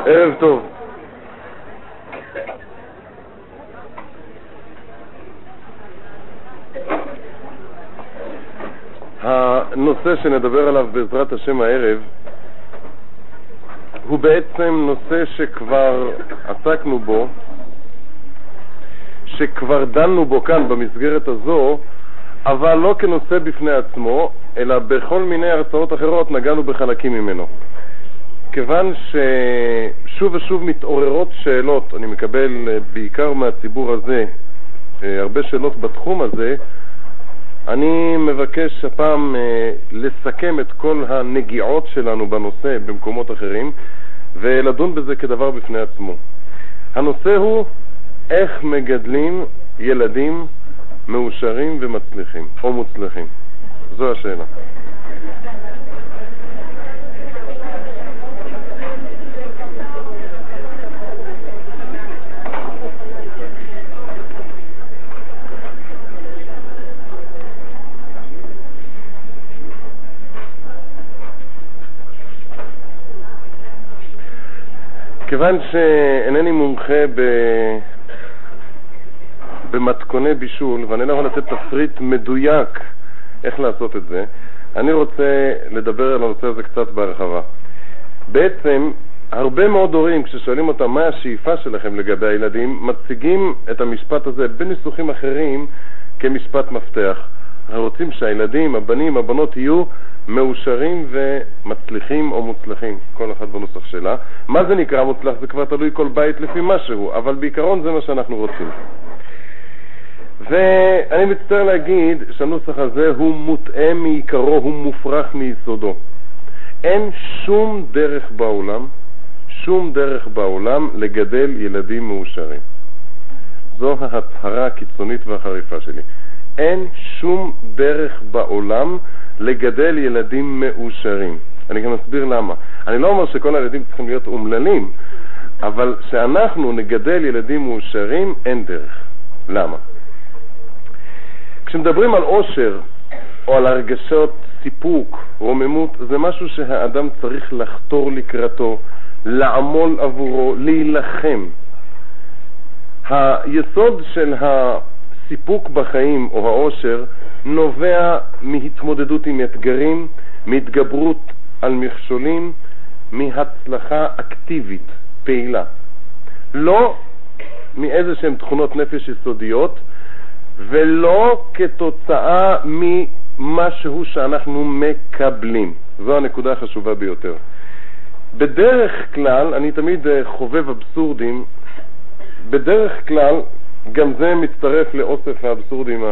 ערב טוב. הנושא שנדבר עליו בעזרת השם הערב הוא בעצם נושא שכבר עסקנו בו, שכבר דנו בו כאן במסגרת הזו, אבל לא כנושא בפני עצמו, אלא בכל מיני הרצאות אחרות נגענו בחלקים ממנו. כיוון ששוב ושוב מתעוררות שאלות, אני מקבל בעיקר מהציבור הזה הרבה שאלות בתחום הזה, אני מבקש הפעם לסכם את כל הנגיעות שלנו בנושא במקומות אחרים ולדון בזה כדבר בפני עצמו. הנושא הוא איך מגדלים ילדים מאושרים ומצליחים או מוצלחים. זו השאלה. כיוון שאינני מומחה במתכוני בישול ואני לא יכול לתת תפריט מדויק איך לעשות את זה, אני רוצה לדבר על הנושא הזה קצת בהרחבה. בעצם הרבה מאוד הורים כששואלים אותם מה השאיפה שלכם לגבי הילדים מציגים את המשפט הזה בניסוחים אחרים כמשפט מפתח. אנחנו רוצים שהילדים, הבנים, הבנות יהיו מאושרים ומצליחים או מוצלחים, כל אחד בנוסח שלה. מה זה נקרא מוצלח? זה כבר תלוי כל בית לפי משהו, אבל בעיקרון זה מה שאנחנו רוצים. ואני מצטער להגיד שהנוסח הזה הוא מוטעה מעיקרו, הוא מופרך מיסודו. אין שום דרך בעולם לגדל ילדים מאושרים. זו ההצהרה הקיצונית והחריפה שלי. אין שום דרך בעולם לגדל ילדים מאושרים. אני גם אסביר למה. אני לא אומר שכל הילדים צריכים להיות אומללים, אבל שאנחנו נגדל ילדים מאושרים אין דרך. למה? כשמדברים על אושר או על הרגשות סיפוק, רוממות, זה משהו שהאדם צריך לחתור לקראתו, לעמול עבורו, להילחם. היסוד של הסיפוק בחיים או האושר נובע מהתמודדות עם אתגרים, מהתגברות על מכשולים, מהצלחה אקטיבית, פעילה. לא מאיזה שהן תכונות נפש יסודיות, ולא כתוצאה ממשהו שאנחנו מקבלים. זו הנקודה החשובה ביותר. בדרך כלל, אני תמיד חובב אבסורדים, בדרך כלל, גם זה מצטרף לאוסף האבסורדים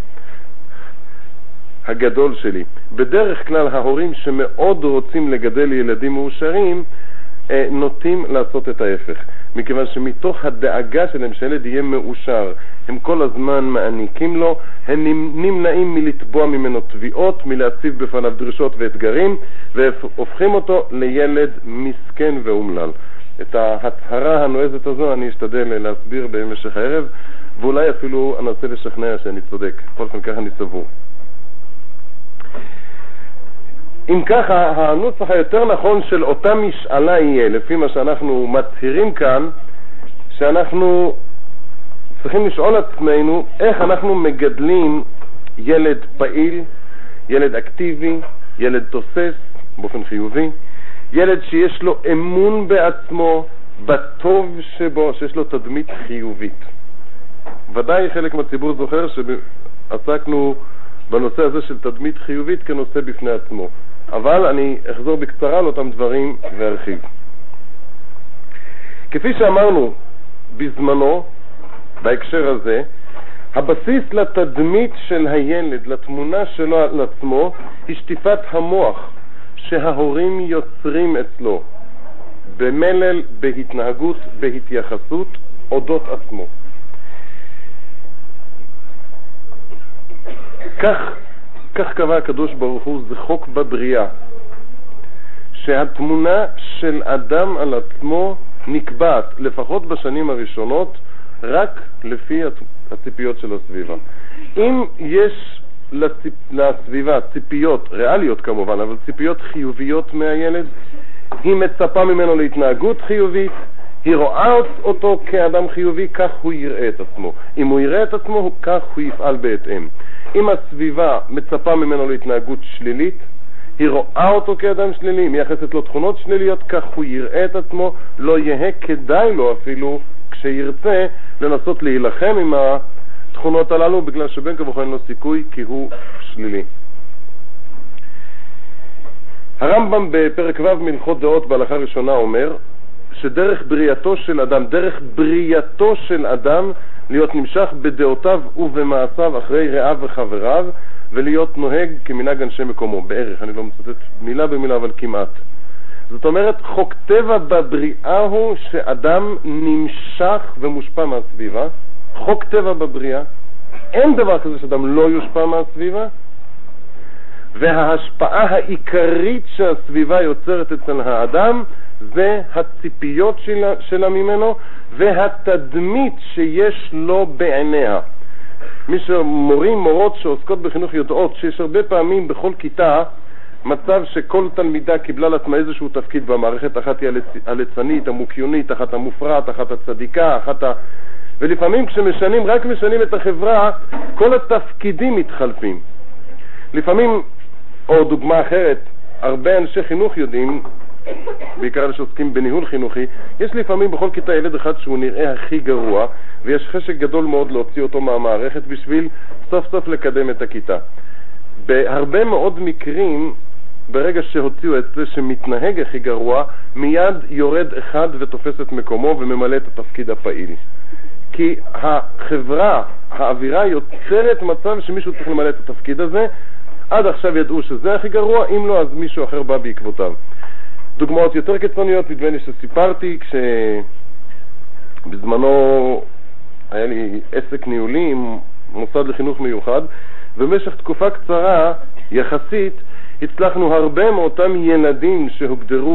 הגדול שלי. בדרך כלל ההורים שמאוד רוצים לגדל ילדים מאושרים נוטים לעשות את ההפך, מכיוון שמתוך הדאגה שלהם שהילד יהיה מאושר הם כל הזמן מעניקים לו, הם נמנעים מלתבוע ממנו תביעות, מלהציב בפניו דרישות ואתגרים, והופכים אותו לילד מסכן ואומלל. את ההצהרה הנועזת הזו אני אשתדל להסביר במשך הערב, ואולי אפילו אנסה לשכנע שאני צודק. כל פעם ככה אני סבור. אם ככה, הנוסח היותר נכון של אותה משאלה יהיה, לפי מה שאנחנו מצהירים כאן, שאנחנו צריכים לשאול עצמנו איך אנחנו מגדלים ילד פעיל, ילד אקטיבי, ילד תוסס באופן חיובי, ילד שיש לו אמון בעצמו, בטוב שבו, שיש לו תדמית חיובית. ודאי חלק מהציבור זוכר שעסקנו בנושא הזה של תדמית חיובית כנושא בפני עצמו. אבל אני אחזור בקצרה על אותם דברים וארחיב. כפי שאמרנו בזמנו, בהקשר הזה, הבסיס לתדמית של הילד, לתמונה שלו על עצמו, היא שטיפת המוח שההורים יוצרים אצלו, במלל, בהתנהגות, בהתייחסות, אודות עצמו. כך קבע הקדוש ברוך הוא, זה חוק בבריאה, שהתמונה של אדם על עצמו נקבעת, לפחות בשנים הראשונות, רק לפי הציפיות של הסביבה. אם יש לסביבה ציפיות, ריאליות כמובן, אבל ציפיות חיוביות מהילד, היא מצפה ממנו להתנהגות חיובית, היא רואה אותו כאדם חיובי, כך הוא יראה את עצמו. אם הוא יראה את עצמו, כך הוא יפעל בהתאם. אם הסביבה מצפה ממנו להתנהגות שלילית, היא רואה אותו כאדם שלילי, מייחסת לו תכונות שליליות, כך הוא יראה את עצמו, לא יהיה כדאי לו אפילו כשירצה לנסות להילחם עם התכונות הללו, בגלל שבין כה וכה אין לו סיכוי כי הוא שלילי. הרמב"ם בפרק ו' מלכות דעות בהלכה ראשונה אומר שדרך בריאתו של אדם להיות נמשך בדעותיו ובמעשיו אחרי רעיו וחבריו, ולהיות נוהג כמנהג אנשי מקומו, בערך, אני לא מצטט מילה במילה אבל כמעט. זאת אומרת, חוק טבע בבריאה הוא שאדם נמשך ומושפע מהסביבה. חוק טבע בבריאה, אין דבר כזה שאדם לא יושפע מהסביבה, וההשפעה העיקרית שהסביבה יוצרת אצל האדם זה הציפיות שלה ממנו והתדמית שיש לו בעיניה. מי שמורים, מורות שעוסקות בחינוך יודעות שיש הרבה פעמים בכל כיתה מצב שכל תלמידה קיבלה לעצמה איזשהו תפקיד במערכת, אחת היא הליצנית, המוקיונית, אחת המופרעת, אחת הצדיקה, ולפעמים כשמשנים, רק משנים את החברה, כל התפקידים מתחלפים. לפעמים, או דוגמה אחרת, הרבה אנשי חינוך יודעים, בעיקר אלה שעוסקים בניהול חינוכי, יש לפעמים בכל כיתה ילד אחד שהוא נראה הכי גרוע, ויש חשק גדול מאוד להוציא אותו מהמערכת בשביל סוף סוף לקדם את הכיתה. בהרבה מאוד מקרים, ברגע שהוציאו את זה שמתנהג הכי גרוע, מיד יורד אחד ותופס את מקומו וממלא את התפקיד הפעיל. כי החברה, האווירה יוצרת מצב שמישהו צריך למלא את התפקיד הזה. עד עכשיו ידעו שזה הכי גרוע, אם לא אז מישהו אחר בא בעקבותיו. דוגמאות יותר קיצוניות, נדמה לי שסיפרתי, כשבזמנו היה לי עסק ניהולי עם מוסד לחינוך מיוחד, ובמשך תקופה קצרה יחסית הצלחנו הרבה מאותם ילדים שהוגדרו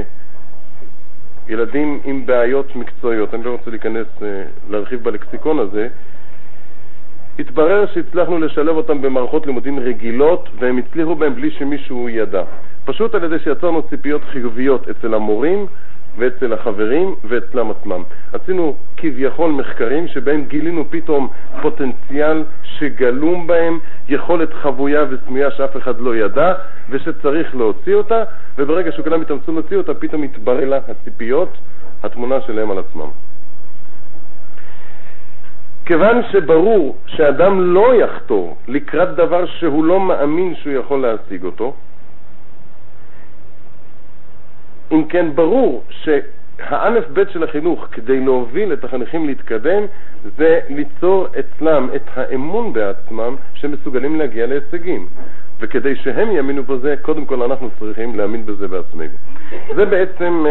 כילדים עם בעיות מקצועיות, אני לא רוצה להרחיב בלקסיקון הזה, התברר שהצלחנו לשלב אותם במערכות לימודים רגילות, והם הצליחו בהם בלי שמישהו ידע. פשוט על ידי שיצרנו ציפיות חיוביות אצל המורים ואצל החברים ואצלם עצמם. עשינו כביכול מחקרים שבהם גילינו פתאום פוטנציאל שגלום בהם, יכולת חבויה וסמויה שאף אחד לא ידע ושצריך להוציא אותה, וברגע שכולם התאמצו להוציא אותה פתאום התברר לה הציפיות, התמונה שלהם על עצמם. כיוון שברור שאדם לא יחתור לקראת דבר שהוא לא מאמין שהוא יכול להשיג אותו, אם כן ברור שהאלף בית של החינוך כדי להוביל את החניכים להתקדם זה ליצור אצלם את האמון בעצמם שמסוגלים להגיע להישגים, וכדי שהם יאמינו בזה קודם כל אנחנו צריכים להאמין בזה בעצמנו. זה בעצם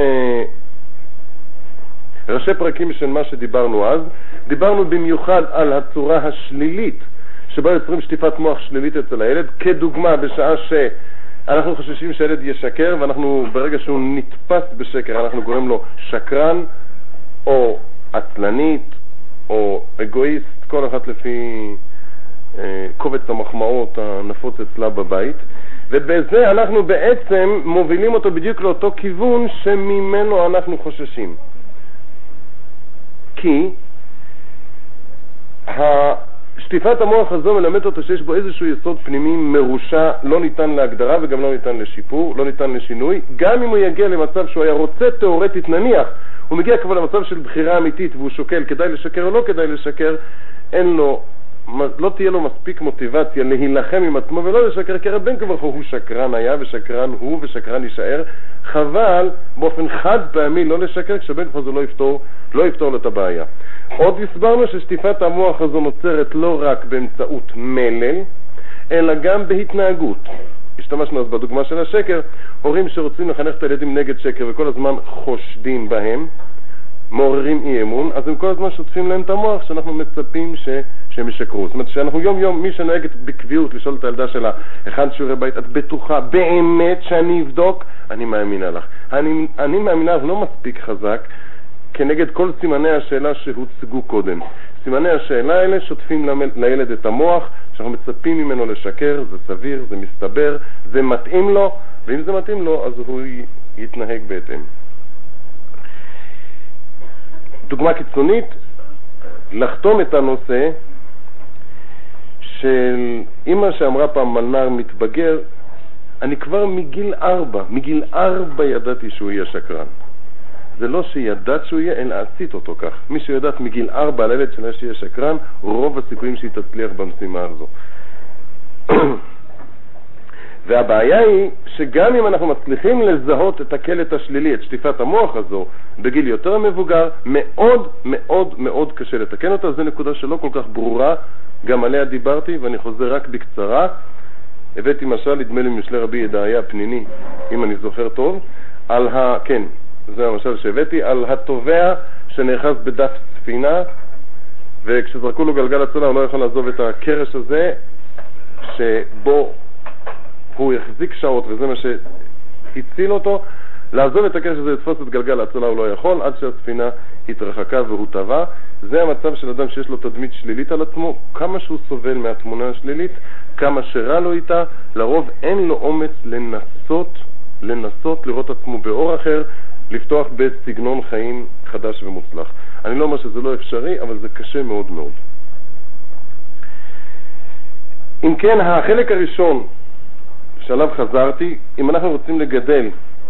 ראשי פרקים של מה שדיברנו אז. דיברנו במיוחד על הצורה השלילית שבה יוצרים שטיפת מוח שלילית אצל הילד, כדוגמה בשעה שאנחנו חוששים שהילד ישקר, ואנחנו ברגע שהוא נתפס בשקר אנחנו גורם לו שקרן או עצלנית או אגואיסט, כל אחת לפי קובץ המחמאות הנפוץ אצלה בבית, ובזה אנחנו בעצם מובילים אותו בדיוק לאותו כיוון שממנו אנחנו חוששים. כי שטיפת המוח הזו מלמד אותו שיש בו איזשהו יסוד פנימי מרושע, לא ניתן להגדרה וגם לא ניתן לשיפור, לא ניתן לשינוי. גם אם הוא יגיע למצב שהוא היה רוצה תיאורטית, נניח הוא מגיע כבר למצב של בחירה אמיתית והוא שוקל כדאי לשקר או לא כדאי לשקר, לא תהיה לו מספיק מוטיבציה להילחם עם עצמו ולא לשקר, כי בין כבר הוא שקרן היה ושקרן הוא ושקרן יישאר. חבל באופן חד פעמי לא לשקר, כשבין כבר זה לא יפתור לו את הבעיה. עוד הסברנו ששטיפת המוח הזו נוצרת לא רק באמצעות מלל, אלא גם בהתנהגות. השתמשנו אז בדוגמה של השקר, הורים שרוצים לחנך את הילדים נגד שקר וכל הזמן חושדים בהם, מעוררים אי אמון, אז הם כל הזמן שוטפים להם את המוח שאנחנו מצפים שהם ישקרו. זאת אומרת שאנחנו יום יום, מי שנוהגת בקביעות לשאול את הילדה שלה, אחד שיעורי בית, את בטוחה באמת שאני אבדוק? אני מאמינה לך. אני מאמינה לא מספיק חזק כנגד כל סימני השאלה שהוצגו קודם. סימני השאלה האלה שוטפים לילד את המוח, שאנחנו מצפים ממנו לשקר, זה סביר, זה מסתבר, זה מתאים לו, ואם זה מתאים לו אז הוא יתנהג בהתאם. דוגמה קיצונית, לחתום את הנושא של אמא שאמרה פעם על נער מתבגר, אני כבר מגיל 4 ידעתי שהוא יהיה שקרן. זה לא שידעת שהוא יהיה, אלא עשית אותו כך. מי שיודעת מגיל 4 על הילד שלה שיהיה שקרן, רוב הסיכויים שהיא תצליח במשימה הזו. והבעיה היא שגם אם אנחנו מצליחים לזהות את הקלט השלילי, את שטיפת המוח הזו, בגיל יותר מבוגר, מאוד מאוד מאוד קשה לתקן אותה. זו נקודה שלא כל כך ברורה, גם עליה דיברתי, ואני חוזר רק בקצרה. הבאתי משל, נדמה לי משלי רבי ידעיה פניני, אם אני זוכר טוב, כן, זה המשל שהבאתי, על התובע שנאחז בדף ספינה, וכשזרקו לו גלגל הצלה הוא לא יכול לעזוב את הקרש הזה, שבו הוא יחזיק שעות, וזה מה שהציל אותו. לעזוב את הקרש הזה, לתפוס את גלגל הצלה הוא לא יכול, עד שהספינה התרחקה והוא טבע. זה המצב של אדם שיש לו תדמית שלילית על עצמו. כמה שהוא סובל מהתמונה השלילית, כמה שרע לו איתה, לרוב אין לו אומץ לנסות לראות עצמו באור אחר, לפתוח בסגנון חיים חדש ומוצלח. אני לא אומר שזה לא אפשרי, אבל זה קשה מאוד מאוד. אם כן, החלק הראשון שעליו חזרתי, אם אנחנו רוצים לגדל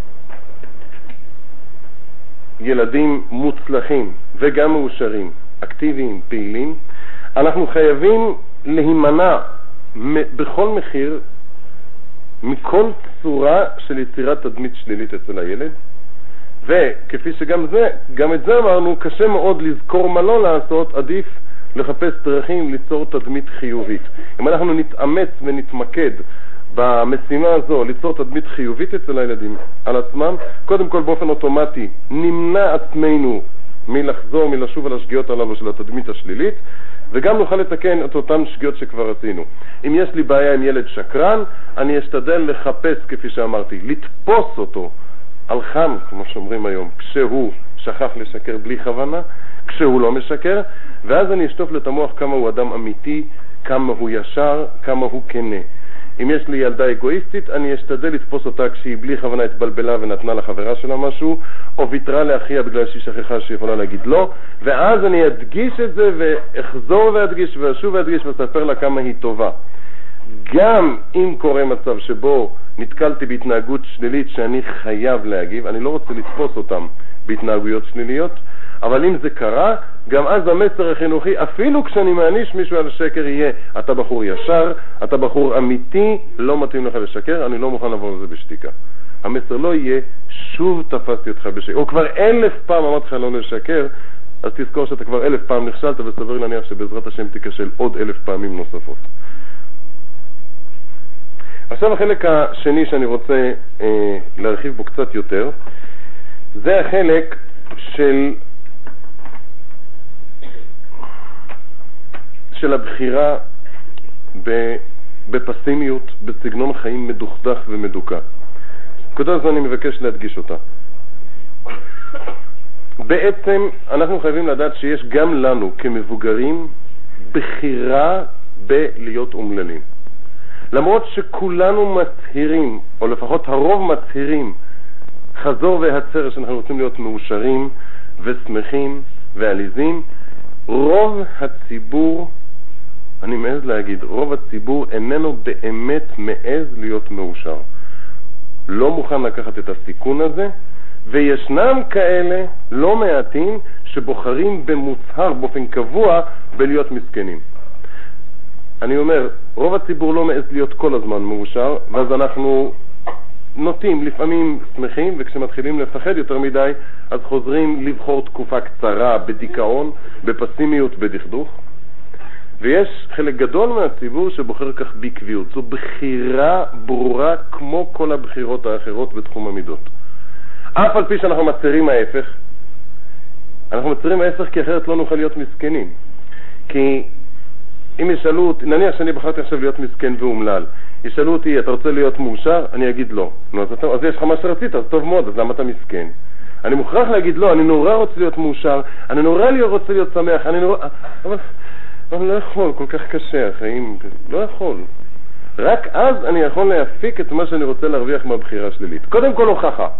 ילדים מוצלחים וגם מאושרים, אקטיביים, פעילים, אנחנו חייבים להימנע בכל מחיר מכל צורה של יצירת תדמית שלילית אצל הילד. וכפי גם את זה אמרנו, קשה מאוד לזכור מה לא לעשות, עדיף לחפש דרכים ליצור תדמית חיובית. אם אנחנו נתאמץ ונתמקד במשימה הזו, ליצור תדמית חיובית אצל הילדים על עצמם, קודם כל באופן אוטומטי נמנע עצמנו מלשוב על השגיאות הללו של התדמית השלילית, וגם נוכל לתקן את אותן שגיאות שכבר עשינו. אם יש לי בעיה עם ילד שקרן, אני אשתדל לחפש, כפי שאמרתי, לתפוס אותו על חם, כמו שאומרים היום, כשהוא שכח לשקר בלי כוונה, כשהוא לא משקר, ואז אני אשטוף לו את המוח כמה הוא אדם אמיתי, כמה הוא ישר, כמה הוא כנה. אם יש לי ילדה אגואיסטית, אני אשתדל לתפוס אותה כשהיא בלי כוונה התבלבלה ונתנה לחברה שלה משהו, או ויתרה לאחיה בגלל שהיא שכחה שהיא יכולה להגיד לא, ואז אני אדגיש את זה ואחזור ואדגיש ואשוב ואדגיש ואספר לה כמה היא טובה. גם אם קורה מצב שבו נתקלתי בהתנהגות שלילית שאני חייב להגיב, אני לא רוצה לתפוס אותם בהתנהגויות שליליות, אבל אם זה קרה, גם אז המסר החינוכי, אפילו כשאני מעניש מישהו על שקר, יהיה, אתה בחור ישר, אתה בחור אמיתי, לא מתאים לך לשקר, אני לא מוכן לעבור לזה בשתיקה. המסר לא יהיה, שוב תפסתי אותך בשקר, או כבר 1000 פעם אמרתי לך לא לשקר, אז תזכור שאתה כבר 1000 פעם נכשלת, וסביר להניח שבעזרת השם תיכשל עוד 1000 פעמים נוספות. עכשיו החלק השני שאני רוצה להרחיב בו קצת יותר, זה החלק של הבחירה בפסימיות, בסגנון חיים מדוכדך ומדוכא. נקודה זו אני מבקש להדגיש אותה. בעצם אנחנו חייבים לדעת שיש גם לנו כמבוגרים בחירה בלהיות אומללים. למרות שכולנו מצהירים, או לפחות הרוב מצהירים, חזור והצר שאנחנו רוצים להיות מאושרים ושמחים ועליזים, רוב הציבור, אני מעז להגיד, רוב הציבור איננו באמת מעז להיות מאושר. לא מוכן לקחת את הסיכון הזה, וישנם כאלה לא מעטים שבוחרים במוצהר באופן קבוע בלהיות מסכנים. אני אומר, רוב הציבור לא מעז להיות כל הזמן מאושר, ואז אנחנו נוטים, לפעמים שמחים, וכשמתחילים לפחד יותר מדי, אז חוזרים לבחור תקופה קצרה בדיכאון, בפסימיות, בדכדוך. ויש חלק גדול מהציבור שבוחר כך בקביעות. זו בחירה ברורה כמו כל הבחירות האחרות בתחום המידות. אף על פי שאנחנו מצהירים ההפך, אנחנו מצהירים ההפך כי אחרת לא נוכל להיות מסכנים. כי אם ישאלו אותי, נניח שאני בחרתי עכשיו להיות מסכן ואומלל, ישאלו אותי, אתה רוצה להיות מאושר? אני אגיד לא. אז יש לך מה שרצית, אז טוב מאוד, אז למה אתה מסכן? אני מוכרח להגיד לא, אני נורא רוצה להיות מאושר, אני נורא רוצה להיות שמח, אבל לא יכול, כל כך קשה החיים, לא יכול. רק אז אני יכול להפיק את מה שאני רוצה להרוויח מהבחירה השלילית. קודם כל הוכחה.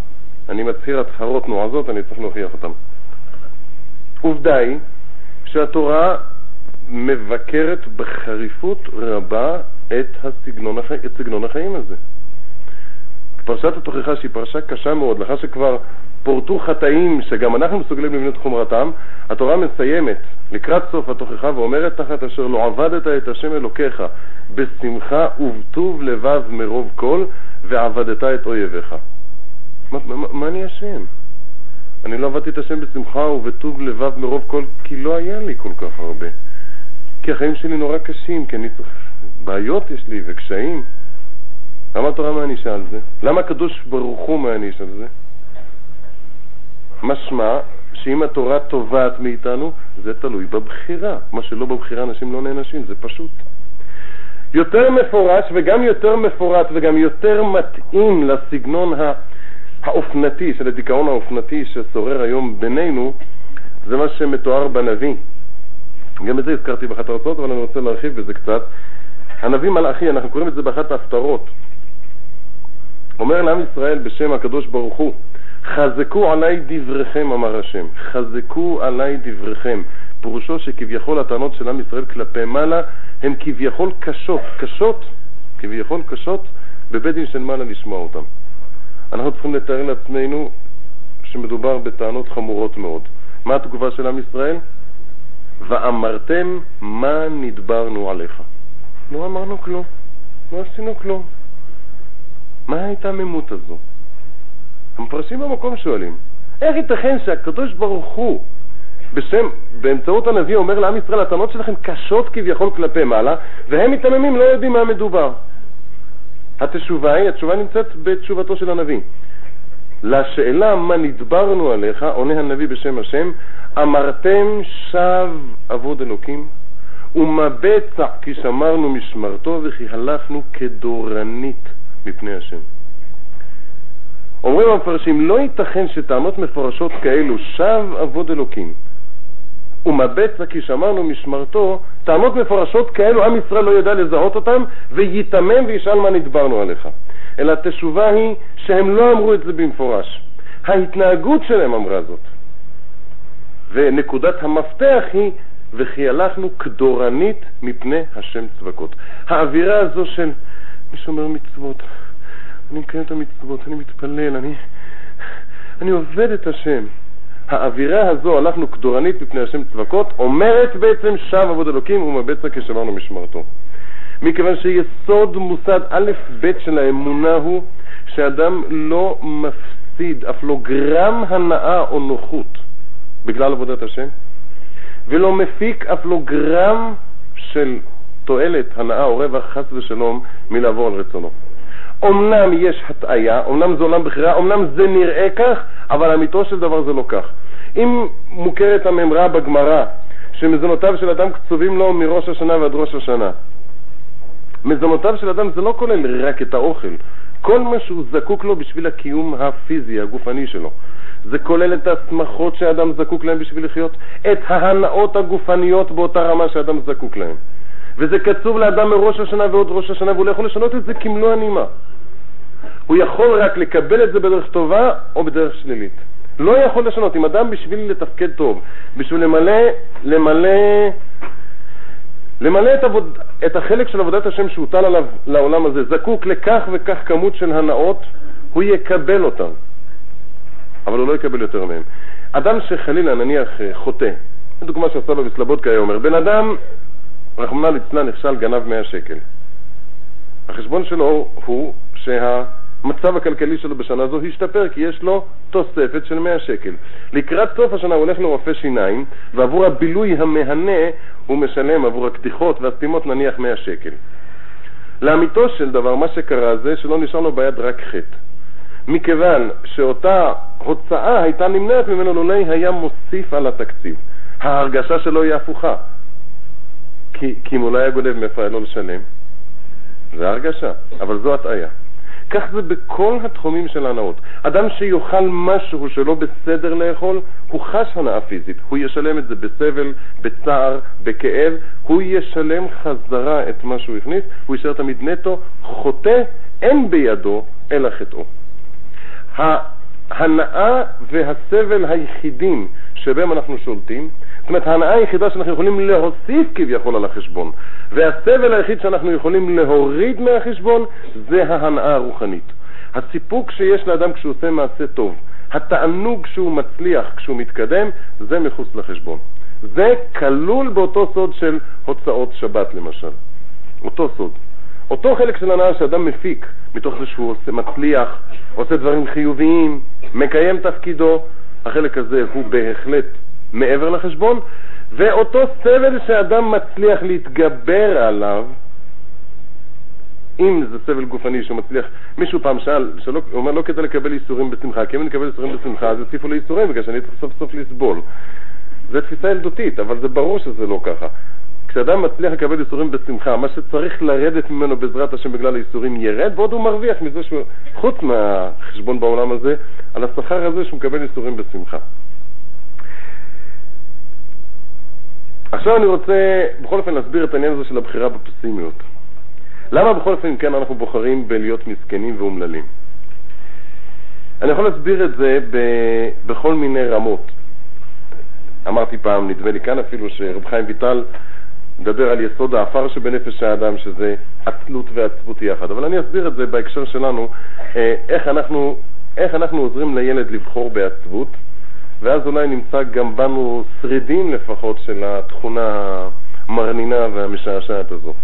אני מצהיר הצהרות נועזות, אני צריך להוכיח אותן. עובדה היא שהתורה מבקרת בחריפות רבה את סגנון החיים הזה. פרשת התוכחה שהיא פרשה קשה מאוד, לאחר שכבר פורטו חטאים שגם אנחנו מסוגלים לבנות חומרתם, התורה מסיימת לקראת סוף התוכחה ואומרת תחת אשר לא עבדת את השם אלוקיך בשמחה ובטוב לבב מרוב כל ועבדת את אויביך. מה אני השם? אני לא עבדתי את השם בשמחה ובטוב לבב מרוב כל כי לא היה לי כל כך הרבה. כי החיים שלי נורא קשים, כי אני צריך... בעיות יש לי וקשיים. למה התורה מענישה על זה? למה הקדוש ברוך הוא מעניש על זה? משמע שאם התורה טובעת מאיתנו, זה תלוי בבחירה. מה שלא בבחירה אנשים לא נענשים, זה פשוט. יותר מפורש וגם יותר מפורט וגם יותר מתאים לסגנון האופנתי, של הדיכאון האופנתי ששורר היום בינינו, זה מה שמתואר בנביא. גם את זה הזכרתי באחת הרצאות, אבל אני רוצה להרחיב בזה קצת. הנביא מלאכי, אנחנו קוראים את זה באחת ההפטרות. אומר לעם ישראל בשם הקדוש ברוך הוא, חזקו עליי דבריכם, אמר השם. חזקו עליי דבריכם. פירושו שכביכול הטענות של עם ישראל כלפי מעלה הן כביכול קשות בבית דין של מעלה לשמוע אותם. אנחנו צריכים לתאר לעצמנו שמדובר בטענות חמורות מאוד. מה התגובה של עם ישראל? ואמרתם מה נדברנו עליך. לא אמרנו כלום, לא עשינו כלום. מה ההיתממות הזו? המפרשים במקום שואלים, איך ייתכן שהקדוש ברוך הוא באמצעות הנביא אומר לעם ישראל, הטענות שלכם קשות כביכול כלפי מעלה, והם מתעממים, לא יודעים מה מדובר. התשובה נמצאת בתשובתו של הנביא. לשאלה מה נדברנו עליך, עונה הנביא בשם השם, אמרתם שב עבוד אלוקים, ומה בצע כי שמרנו משמרתו וכי הלכנו כדורנית מפני השם. אומרים המפרשים, לא ייתכן שטענות מפורשות כאלו, שב עבוד אלוקים, ומה בצע כי שמרנו משמרתו, טענות מפורשות כאלו, עם ישראל לא ידע לזהות אותם, ויתמם וישאל מה נדברנו עליך. אלא התשובה היא שהם לא אמרו את זה במפורש. ההתנהגות שלהם אמרה זאת. ונקודת המפתח היא, וכי הלכנו כדורנית מפני השם צבקות. האווירה הזו של מי שומר מצוות, אני מקיים את המצוות, אני מתפלל, אני עובד את השם. האווירה הזו, הלכנו כדורנית מפני השם צבקות, אומרת בעצם שב עבוד אלוקים ומבצע כשמרנו משמרתו. מכיוון שיסוד מוסד א' ב' של האמונה הוא שאדם לא מפסיד אף לא גרם הנאה או נוחות בגלל עבודת השם, ולא מפיק אף לא גרם של תועלת, הנאה או רווח חס ושלום מלעבור על רצונו. אמנם יש הטעיה, אמנם זה עולם בחירה, אמנם זה נראה כך, אבל אמיתו של דבר זה לא כך. אם מוכרת המאמרה בגמרא שמזונותיו של אדם קצובים לו מראש השנה ועד ראש השנה, מזונותיו של אדם זה לא כולל רק את האוכל, כל מה שהוא זקוק לו בשביל הקיום הפיזי, הגופני שלו. זה כולל את השמחות שאדם זקוק להם בשביל לחיות, את ההנאות הגופניות באותה רמה שאדם זקוק להם. וזה קצוב לאדם מראש השנה ועוד ראש השנה, והוא לא יכול לשנות את זה כמלוא הנימה. הוא יכול רק לקבל את זה בדרך טובה או בדרך שלילית. לא יכול לשנות. אם אדם בשביל לתפקד טוב, בשביל למלא את החלק של עבודת השם שהוטל עליו לעולם הזה, זקוק לכך וכך כמות של הנאות, הוא יקבל אותם. אבל הוא לא יקבל יותר מהם. אדם שחלילה נניח חוטא, דוגמה שעשה לו בסלבודקה היה אומר, בן אדם רחמנא ליצלן נכשל גנב 100 שקל. החשבון שלו הוא שהמצב הכלכלי שלו בשנה זו השתפר, כי יש לו תוספת של 100 שקל. לקראת סוף השנה הוא הולך לרופא שיניים, ועבור הבילוי המהנה הוא משלם עבור הקדיחות והסתימות נניח 100 שקל. לאמיתו של דבר מה שקרה זה שלא נשאר לו ביד רק חטא. מכיוון שאותה הוצאה הייתה נמנעת ממנו לולא היה מוסיף על התקציב. ההרגשה שלו היא הפוכה. כי אם אולי הגונב מאיפה היה לו לשלם, זה הרגשה, אבל זו הטעיה. כך זה בכל התחומים של ההנאות. אדם שיוכל משהו שלא בסדר לאכול, הוא חש הנאה פיזית. הוא ישלם את זה בסבל, בצער, בכאב. הוא ישלם חזרה את מה שהוא הכניס. הוא יישאר תמיד נטו, חוטא, אין בידו אלא חטאו. ההנאה והסבל היחידים שבהם אנחנו שולטים, זאת אומרת, ההנאה היחידה שאנחנו יכולים להוסיף כביכול על החשבון, והסבל היחיד שאנחנו יכולים להוריד מהחשבון, זה ההנאה הרוחנית. הסיפוק שיש לאדם כשהוא עושה מעשה טוב, התענוג שהוא מצליח כשהוא מתקדם, זה מחוץ לחשבון. זה כלול באותו סוד של הוצאות שבת למשל. אותו סוד. אותו חלק של הנאה שאדם מפיק, מתוך זה שהוא מצליח, עושה דברים חיוביים, מקיים תפקידו, החלק הזה הוא בהחלט מעבר לחשבון, ואותו סבל שאדם מצליח להתגבר עליו, אם זה סבל גופני שהוא מצליח, מישהו פעם שאל, הוא אומר לא כדאי לקבל איסורים בשמחה, כי אם אני אקבל איסורים בשמחה אז יוסיפו לי איסורים בגלל שאני צריך סוף סוף לסבול. זה תפיסה ילדותית, אבל זה ברור שזה לא ככה. כשאדם מצליח לקבל איסורים בשמחה, מה שצריך לרדת ממנו בעזרת השם בגלל האיסורים ירד, ועוד הוא מרוויח מזה שהוא, חוץ מהחשבון בעולם הזה, על השכר הזה שהוא מקבל איסורים בשמחה. עכשיו אני רוצה בכל אופן להסביר את העניין הזה של הבחירה בפסימיות. למה בכל אופן כן אנחנו בוחרים בלהיות מסכנים ואומללים? אני יכול להסביר את זה בכל מיני רמות. אמרתי פעם, נדמה לי כאן אפילו שרב חיים ויטל מדבר על יסוד האפר שבנפש האדם, שזה עצלות ועצבות יחד. אבל אני אסביר את זה בהקשר שלנו, איך אנחנו עוזרים לילד לבחור בעצבות, ואז אולי נמצא גם בנו שרידים לפחות של התכונה המרנינה והמשעשעת הזו.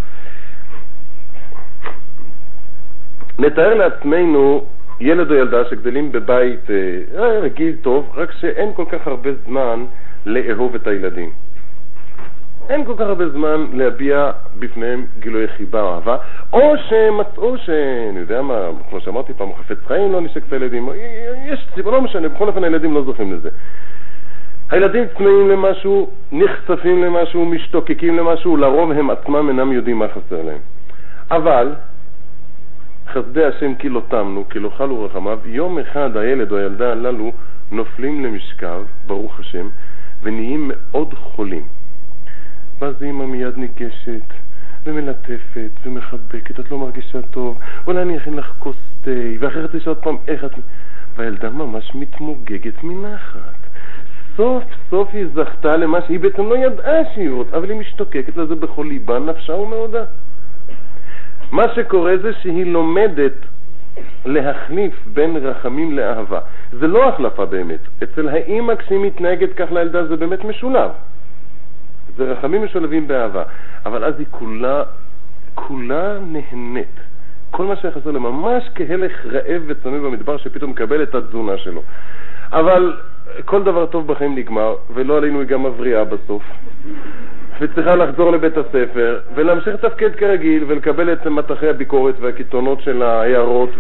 נתאר לעצמנו ילד או ילדה שגדלים בבית רגיל טוב, רק שאין כל כך הרבה זמן לאהוב את הילדים. אין כל כך הרבה זמן להביע בפניהם גילוי חיבה או אהבה, או שמצאו אני יודע מה, כמו שאמרתי פעם, חפץ חיים לא נשק את הילדים, יש סיבה, לא משנה, בכל אופן הילדים לא זוכים לזה. הילדים צמאים למשהו, נחשפים למשהו, משתוקקים למשהו, לרוב הם עצמם אינם יודעים מה חסר להם. אבל חסדי השם כי לא תמנו, כי לא חלו רחמיו, יום אחד הילד או הילדה הללו נופלים למשכב, ברוך השם, ונהיים מאוד חולים. ואז אמא מיד ניגשת ומלטפת ומחבקת, את לא מרגישה טוב, אולי אני אכין לך כוס תה, ואחרת יש עוד פעם איך את... והילדה ממש מתמוגגת מנחת. סוף סוף היא זכתה למה שהיא בעצם לא ידעה שהיא רוצה, אבל היא משתוקקת לזה בכל ליבה, נפשה ומאודה. מה שקורה זה שהיא לומדת להחליף בין רחמים לאהבה. זה לא החלפה באמת. אצל האמא כשהיא מתנהגת כך לילדה זה באמת משולב. זה רחמים משולבים באהבה. אבל אז היא כולה נהנית. כל מה שחסר לה ממש כהלך רעב וצמא במדבר שפתאום מקבל את התזונה שלו. אבל כל דבר טוב בחיים נגמר, ולא עלינו היא גם מבריאה בסוף. וצריכה לחזור לבית הספר ולהמשיך לתפקד כרגיל ולקבל את מטחי הביקורת והקיתונות של ההערות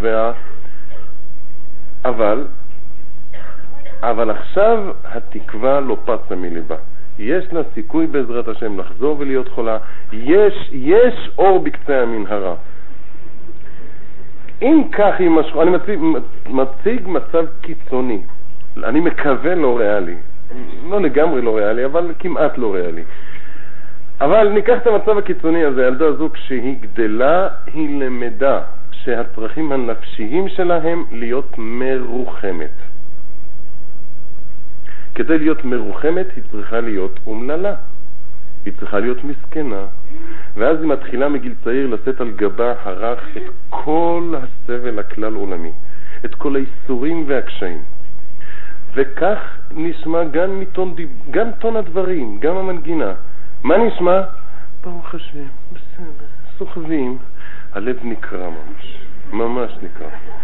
אבל עכשיו התקווה לא פסה מליבה. יש לה סיכוי בעזרת השם לחזור ולהיות חולה. יש אור בקצה המנהרה. אם כך יימשכו, אני מציג מצב קיצוני, אני מקווה לא ריאלי, לא לגמרי לא ריאלי, אבל כמעט לא ריאלי. אבל ניקח את המצב הקיצוני הזה, ילדה הזו כשהיא גדלה, היא למדה שהצרכים הנפשיים שלהם להיות מרוחמת. כדי להיות מרוחמת היא צריכה להיות אומללה, היא צריכה להיות מסכנה, ואז היא מתחילה מגיל צעיר לשאת על גבה הרך את כל הסבל הכלל עולמי, את כל האיסורים והקשיים. וכך נשמע גם טון הדברים, גם המנגינה. מה נשמע? ברוך השם, בסדר, סוחבים. הלב נקרא ממש נקרא.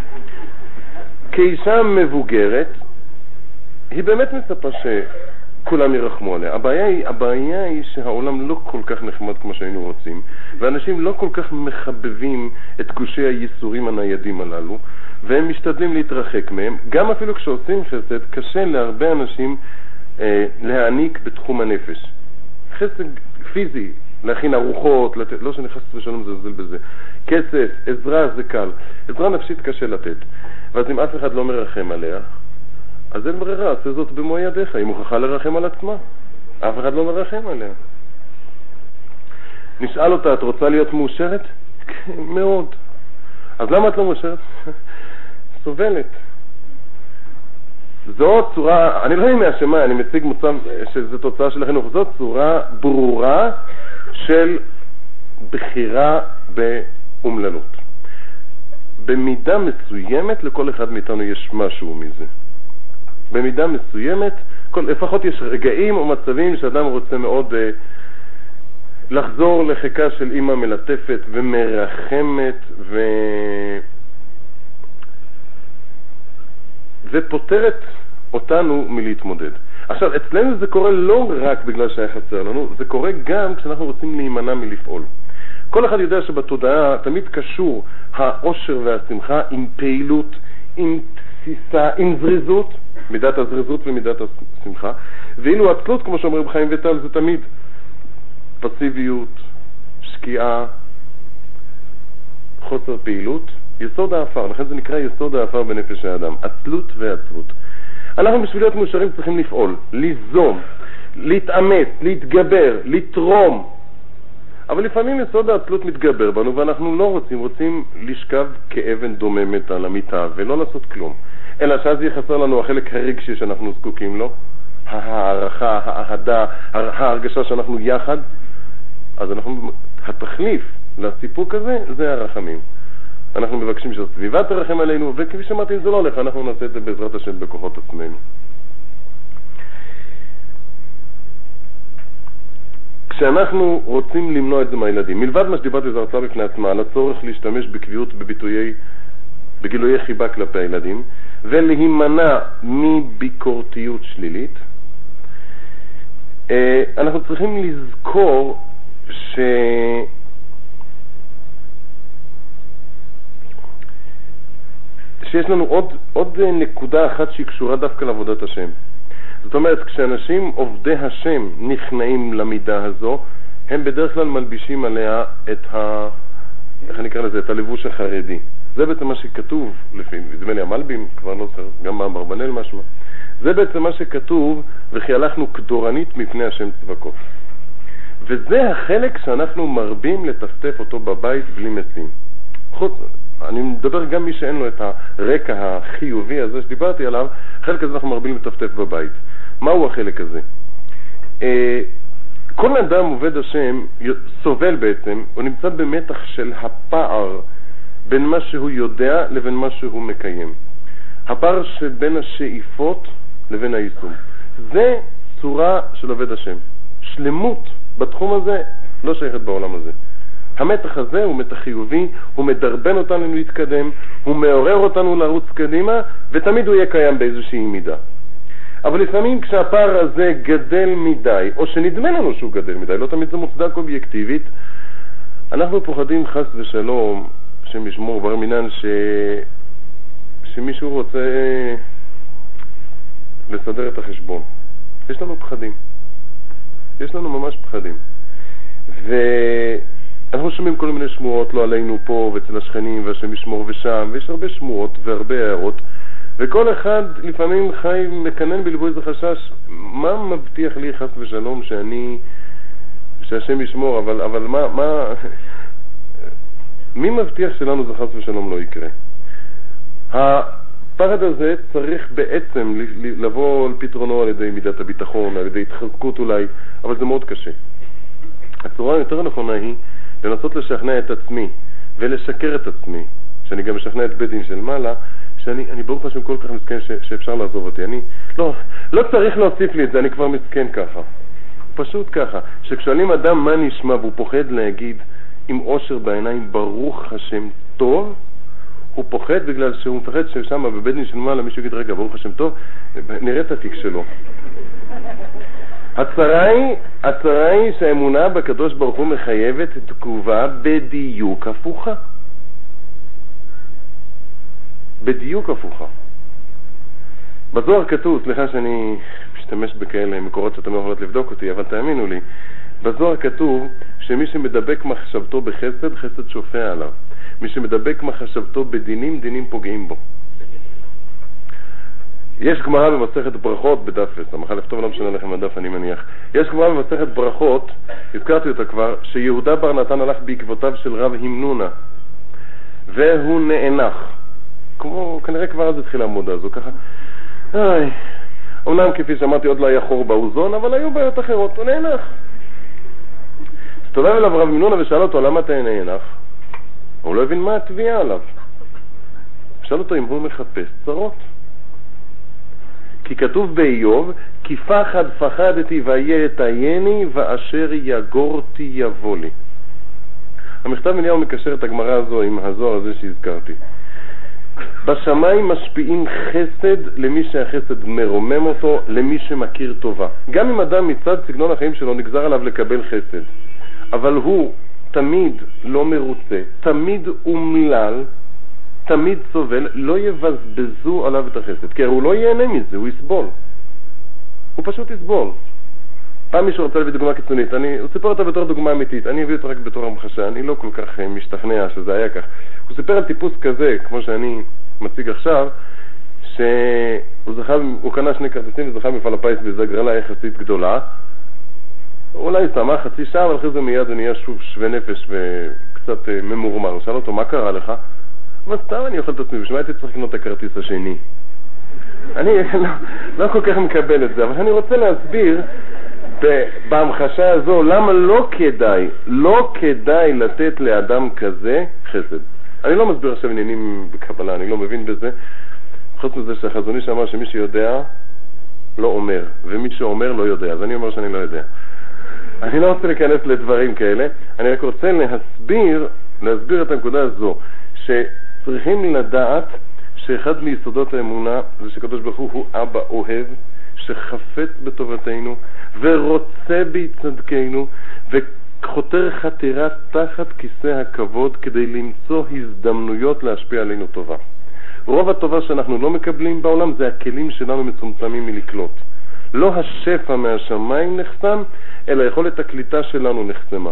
כאישה מבוגרת, היא באמת מצפה שכולם ירחמו עליה. הבעיה היא שהעולם לא כל כך נחמד כמו שהיינו רוצים, ואנשים לא כל כך מחבבים את גושי הייסורים הניידים הללו, והם משתדלים להתרחק מהם. גם אפילו כשעושים חסד, קשה להרבה אנשים להעניק בתחום הנפש. חסד פיזי, להכין ארוחות, לא שנכנס ושלום זלזל בזה. כסף, עזרה זה קל. עזרה נפשית קשה לתת. ואז אם אף אחד לא מרחם עליה, אז אין ברירה, עשה זאת במו ידיך. היא מוכרחה לרחם על עצמה. אף אחד לא מרחם עליה. נשאל אותה, את רוצה להיות מאושרת? כן, מאוד. אז למה את לא מאושרת? סובלת. זו צורה, אני לא יודע מהשמה, אני מציג מוצא שזו תוצאה של החינוך, זו צורה ברורה של בחירה באומללות. במידה מסוימת לכל אחד מאיתנו יש משהו מזה. במידה מסוימת, לפחות יש רגעים או מצבים שאדם רוצה מאוד לחזור לחיקה של אמא מלטפת ומרחמת ופותרת אותנו מלהתמודד. עכשיו, אצלנו זה קורה לא רק בגלל שהיה חסר לנו, זה קורה גם כשאנחנו רוצים להימנע מלפעול. כל אחד יודע שבתודעה תמיד קשור העושר והשמחה עם פעילות, עם תסיסה, עם זריזות, מידת הזריזות ומידת השמחה, ואילו עצלות, כמו שאומרים חיים וטל, זה תמיד פסיביות, שקיעה, חוסר פעילות, יסוד האפר, לכן זה נקרא יסוד האפר בנפש האדם, עצלות ועצבות. אנחנו בשביל להיות מאושרים צריכים לפעול, ליזום, להתאמץ, להתגבר, לתרום, אבל לפעמים יסוד העצלות מתגבר בנו ואנחנו לא רוצים לשכב כאבן דוממת על המיטה ולא לעשות כלום, אלא שאז יהיה חסר לנו החלק הרגשי שאנחנו זקוקים לו, הערכה, האהדה, ההרגשה שאנחנו יחד. אז התחליף לסיפוק הזה זה הרחמים. אנחנו מבקשים שהסביבה תרחם עלינו, וכפי שאמרתי, זה לא הולך, אנחנו נעשה את זה בעזרת השם בכוחות עצמנו. כשאנחנו רוצים למנוע את זה מהילדים, מלבד מה שדיברתי זה הרצאה בפני עצמה, על הצורך להשתמש בקביעות בגילויי חיבה כלפי הילדים, ולהימנע מביקורתיות שלילית, אנחנו צריכים לזכור שיש לנו עוד נקודה אחת שהיא קשורה דווקא לעבודת השם. זאת אומרת, כשאנשים עובדי השם נכנעים למידה הזו, הם בדרך כלל מלבישים עליה איך אני אקרא לזה, את הלבוש החרדי. זה בעצם מה שכתוב, לפי, נדמה לי המלבים, כבר לא צריך, גם באברבנאל משמע. זה בעצם מה שכתוב, וכי הלכנו כדורנית מפני השם צבקות. וזה החלק שאנחנו מרבים לטפטף אותו בבית בלי משים. אני מדבר גם מי שאין לו את הרקע החיובי הזה שדיברתי עליו, החלק הזה אנחנו מרבים לטפטף בבית. מהו החלק הזה? כל אדם עובד השם סובל בעצם, הוא נמצא במתח של הפער בין מה שהוא יודע לבין מה שהוא מקיים. הפער שבין השאיפות לבין היישום. זה צורה של עובד השם. שלמות בתחום הזה לא שייכת בעולם הזה. המתח הזה הוא מתח חיובי, הוא מדרבן אותנו להתקדם, הוא מעורר אותנו לרוץ קדימה, ותמיד הוא יהיה קיים באיזושהי מידה. אבל לפעמים כשהפער הזה גדל מדי, או שנדמה לנו שהוא גדל מדי, לא תמיד זה מוצדק אובייקטיבית, אנחנו פוחדים חס ושלום, שם ישמור בר מינן, שמישהו רוצה לסדר את החשבון. יש לנו פחדים. יש לנו ממש פחדים. אנחנו שומעים כל מיני שמועות, לא עלינו פה ואצל השכנים והשם ישמור ושם, ויש הרבה שמועות והרבה הערות, וכל אחד לפעמים חי מקנן בלבו איזה חשש, מה מבטיח לי חס ושלום שהשם ישמור, אבל מי מבטיח שלנו זה חס ושלום לא יקרה? הפחד הזה צריך בעצם לבוא על פתרונו על ידי מידת הביטחון, על ידי התחזקות אולי, אבל זה מאוד קשה. הצורה היותר נכונה היא לנסות לשכנע את עצמי ולשקר את עצמי, שאני גם משכנע את בית דין של מעלה, שאני ברוך השם כל כך מסכן שאפשר לעזוב אותי. אני לא צריך להוסיף לי את זה, אני כבר מסכן ככה. פשוט ככה, שכשואלים אדם מה נשמע והוא פוחד להגיד עם אושר בעיניים ברוך השם טוב, הוא פוחד בגלל שהוא מפחד ששם בבית דין של מעלה מישהו יגיד רגע ברוך השם טוב, נראה את התיק שלו. הצרה היא שהאמונה בקדוש ברוך הוא מחייבת תגובה בדיוק הפוכה. בדיוק הפוכה. בזוהר כתוב, סליחה שאני משתמש בכאלה מקורות שאתם לא יכולות לבדוק אותי, אבל תאמינו לי, בזוהר כתוב שמי שמדבק מחשבתו בחסד, חסד שופע עליו. מי שמדבק מחשבתו בדינים, דינים פוגעים בו. יש גמרא במסכת ברכות בדף 10, מחר לכתוב לא משנה לכם הדף אני מניח. יש גמרא במסכת ברכות, הזכרתי אותה כבר, שיהודה בר נתן הלך בעקבותיו של רב המנונה, והוא נאנח. כמו, כנראה כבר אז התחילה המודה הזו, ככה. אמנם כפי שאמרתי עוד לא היה חור באוזון, אבל היו בעיות אחרות, הוא נאנח. הסתובב אליו רב מנונה ושאל אותו, למה אתה נאנח? הוא לא הבין מה התביעה עליו. שאל אותו אם הוא מחפש צרות. כי כתוב באיוב, כי פחד פחדתי ויתעייני ואשר יגורתי יבוא לי. המכתב אליהו מקשר את הגמרא הזו עם הזוהר הזה שהזכרתי. בשמיים משפיעים חסד למי שהחסד מרומם אותו, למי שמכיר טובה. גם אם אדם מצד סגנון החיים שלו נגזר עליו לקבל חסד, אבל הוא תמיד לא מרוצה, תמיד אומלל, תמיד סובל, לא יבזבזו עליו את החסד, כי הוא לא ייהנה מזה, הוא יסבול. הוא פשוט יסבול. פעם מישהו רוצה להביא דוגמה קיצונית, הוא סיפר אותה בתור דוגמה אמיתית, אני הביא אותה רק בתור המחשה, אני לא כל כך משתכנע שזה היה כך. הוא סיפר על טיפוס כזה, כמו שאני מציג עכשיו, שהוא קנה 2 כרטיסים וזכה מפעל הפיס באיזו הגרלה יחסית גדולה, אולי שמח חצי שעה, אבל אחרי זה מיד הוא נהיה שוב שווה נפש וקצת ממורמר. הוא שאל אותו, מה קרה לך? אבל סתם אני אוכל את עצמי, בשביל מה הייתי צריך לקנות את הכרטיס השני? אני לא כל כך מקבל את זה, אבל אני רוצה להסביר בהמחשה הזו למה לא כדאי לתת לאדם כזה חסד. אני לא מסביר עכשיו עניינים בקבלה, אני לא מבין בזה, חוץ מזה שהחזון איש אמר שמי שיודע לא אומר, ומי שאומר לא יודע, אז אני אומר שאני לא יודע. אני לא רוצה להיכנס לדברים כאלה, אני רק רוצה להסביר את הנקודה הזו, שצריכים לדעת שאחד מיסודות האמונה זה שקדוש ברוך הוא אבא אוהב, שחפץ בטובתנו ורוצה בהצדקנו וחותר חתירה תחת כיסא הכבוד כדי למצוא הזדמנויות להשפיע עלינו טובה. רוב הטובה שאנחנו לא מקבלים בעולם זה הכלים שלנו מצומצמים מלקלוט. לא השפע מהשמיים נחסם, אלא יכולת הקליטה שלנו נחסמה.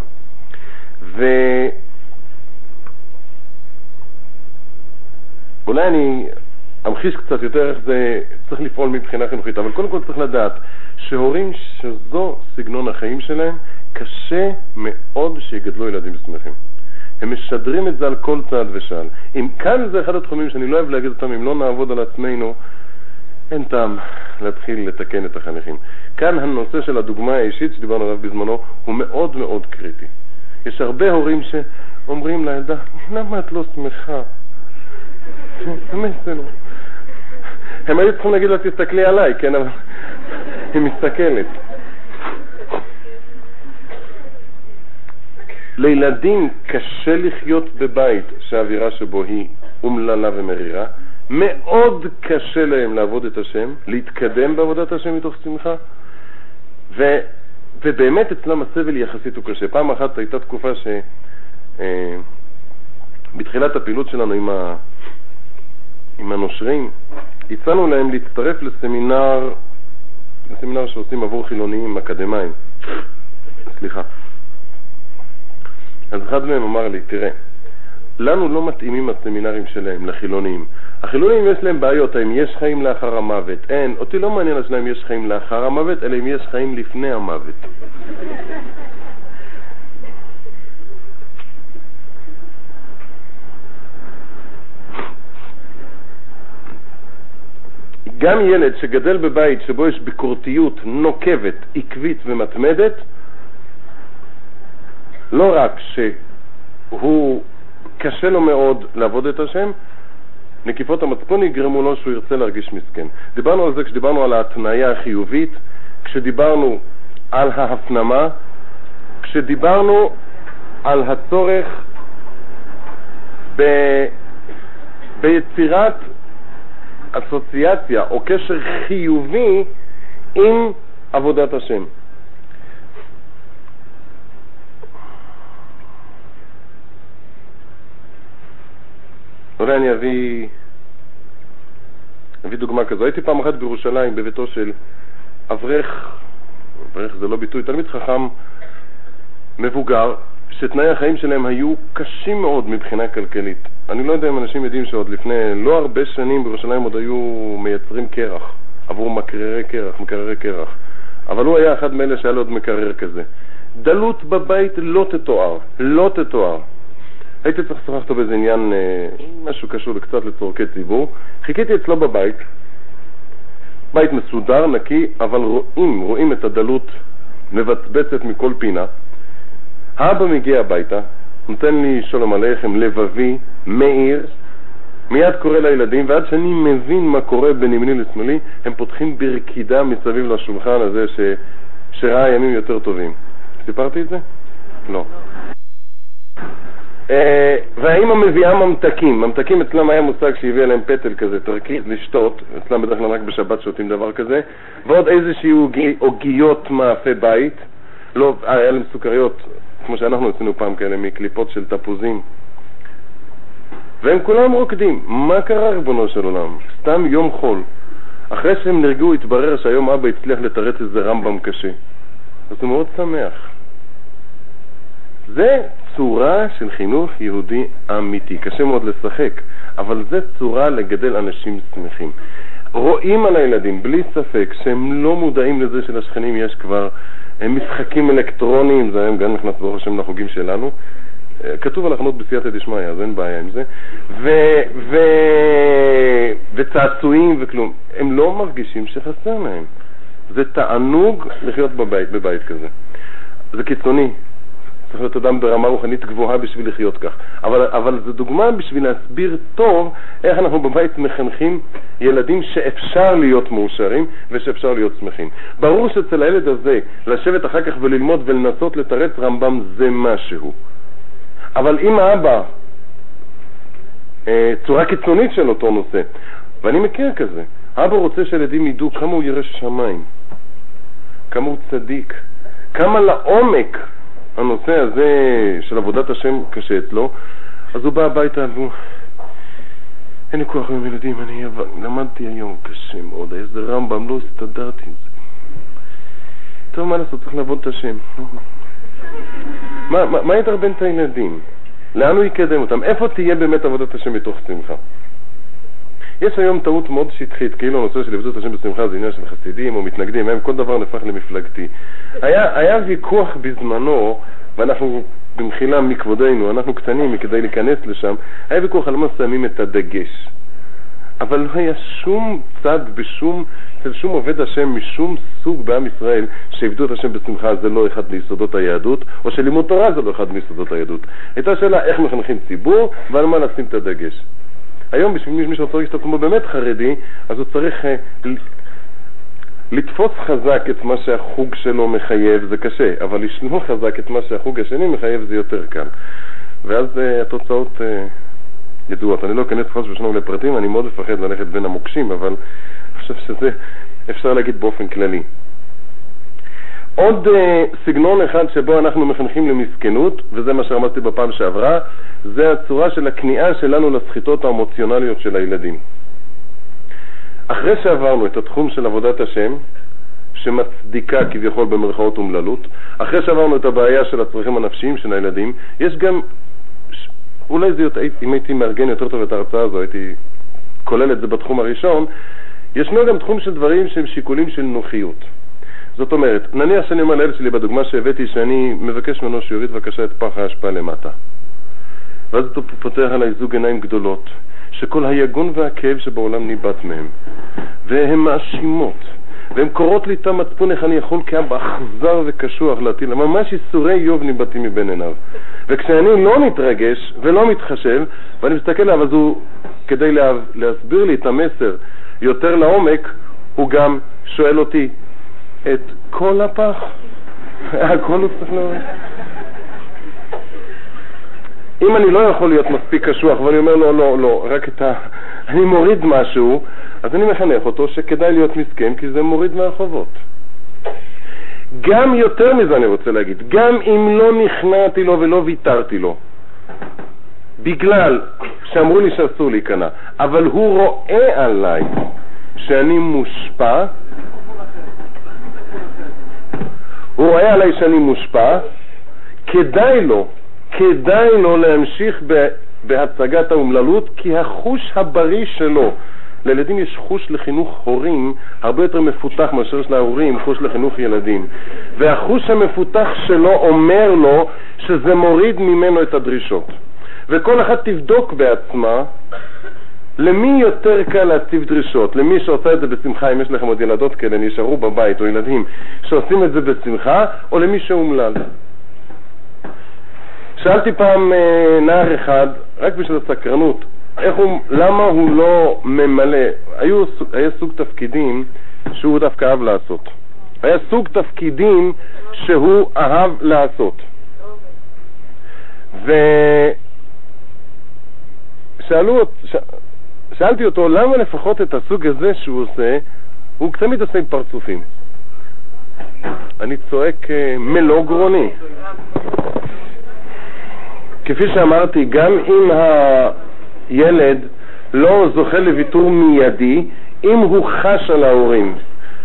אולי אני אמחיש קצת יותר איך זה צריך לפעול מבחינה חינוכית, אבל קודם כל צריך לדעת שהורים שזו סגנון החיים שלהם, קשה מאוד שיגדלו ילדים שמחים. הם משדרים את זה על כל צעד ושעל. אם כאן זה אחד התחומים שאני לא אוהב להגיד אותם, אם לא נעבוד על עצמנו, אין טעם להתחיל לתקן את החניכים. כאן הנושא של הדוגמה האישית שדיברנו עליו בזמנו הוא מאוד מאוד קריטי. יש הרבה הורים שאומרים לילדה, למה את לא שמחה? באמת זה לא. הם היו צריכים להגיד לה, תסתכלי עליי, כן, אבל היא מסתכלת. לילדים קשה לחיות בבית שהאווירה שבו היא אומללה ומרירה, מאוד קשה להם לעבוד את השם, להתקדם בעבודת השם מתוך שמחה, ובאמת אצלם הסבל יחסית הוא קשה. פעם אחת הייתה תקופה בתחילת הפעילות שלנו עם הנושרים, הצענו להם להצטרף לסמינר שעושים עבור חילוניים אקדמיים. סליחה. אז אחד מהם אמר לי, תראה, לנו לא מתאימים הסמינרים שלהם לחילוניים. החילוניים יש להם בעיות, האם יש חיים לאחר המוות? אין, אותי לא מעניין השאלה אם יש חיים לאחר המוות, אלא אם יש חיים לפני המוות. גם ילד שגדל בבית שבו יש ביקורתיות נוקבת, עקבית ומתמדת, לא רק שהוא קשה לו מאוד לעבוד את השם, נקיפות המצפון יגרמו לו שהוא ירצה להרגיש מסכן. דיברנו על זה כשדיברנו על ההתניה החיובית, כשדיברנו על ההפנמה, כשדיברנו על הצורך ביצירת אסוציאציה או קשר חיובי עם עבודת השם. אולי אני אביא דוגמה כזו. הייתי פעם אחת בירושלים בביתו של אברך זה לא ביטוי, תלמיד חכם מבוגר, שתנאי החיים שלהם היו קשים מאוד מבחינה כלכלית. אני לא יודע אם אנשים יודעים שעוד לפני לא הרבה שנים בירושלים עוד היו מייצרים קרח עבור מקררי קרח, אבל הוא היה אחד מאלה שהיה לו עוד מקרר כזה. דלות בבית לא תתואר. הייתי צריך לשוחח אותו באיזה עניין, משהו קשור קצת לצורכי ציבור. חיכיתי אצלו בבית, בית מסודר, נקי, אבל רואים את הדלות מבצבצת מכל פינה. האבא מגיע הביתה, נותן לי שלום עליכם, לבבי, מאיר, מיד קורא לילדים, ועד שאני מבין מה קורה בין ימיני לשמאלי, הם פותחים ברקידה מסביב לשולחן הזה שראה ימים יותר טובים. סיפרתי את זה? לא. והאמא מביאה ממתקים. ממתקים אצלם היה מושג שהביא עליהם פטל כזה, תרכיז לשתות, אצלם בדרך כלל רק בשבת שותים דבר כזה, ועוד איזשהו עוגיות מאפה בית, לא, היה להם סוכריות, כמו שאנחנו עשינו פעם כאלה, מקליפות של תפוזים. והם כולם רוקדים. מה קרה ריבונו של עולם? סתם יום חול. אחרי שהם נרגעו התברר שהיום אבא הצליח לתרץ איזה רמב"ם קשה. אז הוא מאוד שמח. זה צורה של חינוך יהודי אמיתי. קשה מאוד לשחק, אבל זה צורה לגדל אנשים שמחים. רואים על הילדים בלי ספק שהם לא מודעים לזה שלשכנים יש כבר משחקים אלקטרוניים, זה היום גם נכנס ברוך השם לחוגים שלנו. כתוב על החנות בסייעתא דשמיא, אז אין בעיה עם זה. וצעצועים וכלום. הם לא מרגישים שחסר להם. זה תענוג לחיות בבית כזה. זה קיצוני. צריך להיות אדם ברמה רוחנית גבוהה בשביל לחיות כך. אבל זו דוגמה בשביל להסביר טוב איך אנחנו בבית מחנכים ילדים שאפשר להיות מאושרים ושאפשר להיות שמחים. ברור שאצל הילד הזה לשבת אחר כך וללמוד ולנסות לתרץ רמב"ם זה משהו. אבל אם האבא צורה קיצונית של אותו נושא, ואני מכיר כזה, האבא רוצה שילדים ידעו כמה הוא ירא שמיים, כמה הוא צדיק, כמה לעומק הנושא הזה של עבודת השם קשה אצלו, אז הוא בא הביתה והוא, אין לי כוח עם ילדים, אני למדתי היום קשה מאוד, איזה רמב"ם, לא הסתדרתי עם זה. טוב, מה לעשות, צריך לעבוד את השם. מה ידרבן את הילדים? לאן הוא יקדם אותם? איפה תהיה באמת עבודת השם בתוך שמחה? יש היום טעות מאוד שטחית, כאילו הנושא של עבודת השם בשמחה זה עניין של חסידים או מתנגדים, הם כל דבר נפח למפלגתי. היה ויכוח בזמנו, ואנחנו במחילה מכבודנו, אנחנו קטנים מכדי להיכנס לשם, היה ויכוח על מה שמים את הדגש. אבל לא היה שום צד אצל שום עובד השם משום סוג בעם ישראל שעבדו את השם בשמחה זה לא אחד מיסודות היהדות, או שלימוד תורה זה לא אחד מיסודות היהדות. הייתה שאלה איך מחנכים ציבור ועל מה לשים את הדגש. היום בשביל מי שרוצה להשתתף כמו באמת חרדי, אז הוא צריך לתפוס חזק את מה שהחוג שלו מחייב, זה קשה, אבל לשמור חזק את מה שהחוג השני מחייב זה יותר קל. ואז התוצאות ידועות. אני לא אכנס חס ושלום לפרטים, אני מאוד מפחד ללכת בין המוקשים, אבל אני חושב שזה אפשר להגיד באופן כללי. עוד סגנון אחד שבו אנחנו מחנכים למסכנות, וזה מה שרמזתי בפעם שעברה, זה הצורה של הכניעה שלנו לסחיטות האמוציונליות של הילדים. אחרי שעברנו את התחום של עבודת השם, שמצדיקה כביכול במרכאות אומללות, אחרי שעברנו את הבעיה של הצרכים הנפשיים של הילדים, יש גם, אולי זה אם הייתי מארגן יותר טוב את ההרצאה הזו, הייתי כולל את זה בתחום הראשון, ישנו גם תחום של דברים שהם שיקולים של נוחיות. זאת אומרת, נניח שאני אומר לילד שלי בדוגמה שהבאתי שאני מבקש ממנו שיוריד בבקשה את פח האשפה למטה. ואז הוא פותח עליי זוג עיניים גדולות, שכל היגון והכאב שבעולם ניבט מהם. והן מאשימות. והן קוראות לי תא מצפון איך אני יכול כאבא אכזר וקשוח להטיל. ממש איסורי איוב ניבטים מבין עיניו. וכשאני לא מתרגש ולא מתחשב, ואני מסתכל עליו, אז הוא, כדי להסביר לי את המסר יותר לעומק, הוא גם שואל אותי, את כל הפח? הכל הוא צריך להוריד. אם אני לא יכול להיות מספיק קשוח ואני אומר לו, לא, רק אני מוריד משהו, אז אני מחנך אותו שכדאי להיות מסכן כי זה מוריד מהרחובות. גם יותר מזה אני רוצה להגיד, גם אם לא נכנעתי לו ולא ויתרתי לו, בגלל שאמרו לי שאסור להיכנע, אבל הוא רואה עליי שאני מושפע, כדאי לו להמשיך בהצגת האומללות, כי החוש הבריא שלו, לילדים יש חוש לחינוך הורים הרבה יותר מפותח מאשר של ההורים, חוש לחינוך ילדים. והחוש המפותח שלו אומר לו שזה מוריד ממנו את הדרישות. וכל אחד תבדוק בעצמה למי יותר קל להציב דרישות? למי שעושה את זה בשמחה, אם יש לכם עוד ילדות כאלה, נשארו בבית, או ילדים שעושים את זה בשמחה, או למי שאומלל? שאלתי פעם נער אחד, רק בשביל הסקרנות, למה הוא לא ממלא? היה סוג תפקידים שהוא דווקא אהב לעשות. היה סוג תפקידים שהוא אהב לעשות. שאלתי אותו, למה לפחות את הסוג הזה שהוא עושה, הוא תמיד עושה עם פרצופים. אני צועק מלוא גרוני. כפי שאמרתי, גם אם הילד לא זוכה לוויתור מיידי, אם הוא חש על ההורים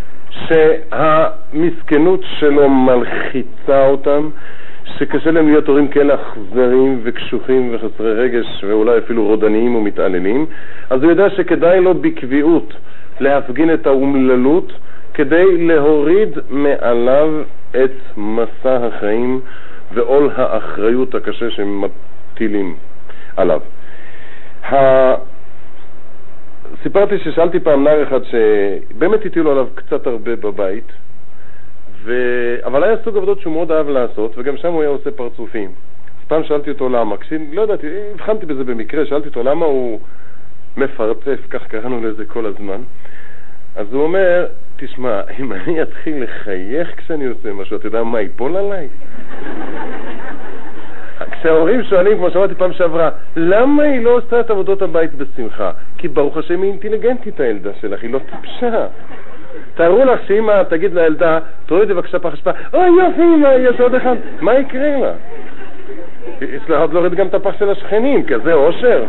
שהמסכנות שלו מלחיצה אותם, שקשה להם להיות הורים כאלה אכזריים וקשוחים וחסרי רגש ואולי אפילו רודניים ומתעללים, אז הוא יודע שכדאי לו בקביעות להפגין את האומללות כדי להוריד מעליו את מסע החיים ועול האחריות הקשה שהם מטילים עליו. סיפרתי ששאלתי פעם נער אחד שבאמת הטילו עליו קצת הרבה בבית, אבל היה סוג עבודות שהוא מאוד אהב לעשות, וגם שם הוא היה עושה פרצופים. אז פעם שאלתי אותו למה, לא ידעתי, הבחנתי בזה במקרה, שאלתי אותו למה הוא מפרצף, כך קראנו לזה כל הזמן. אז הוא אומר, תשמע, אם אני אתחיל לחייך כשאני עושה משהו, אתה יודע מה ייפול עליי? כשההורים שואלים, כמו שאמרתי פעם שעברה, למה היא לא עושה את עבודות הבית בשמחה? כי ברוך השם היא אינטליגנטית הילדה שלך, היא לא טיפשה. תארו לך שאמא תגיד לילדה, תורידי בבקשה פח אשפה, אוי יופי אמא, יש עוד אחד, מה יקרה לה? יש לה עוד להוריד גם את הפח של השכנים, כזה אושר.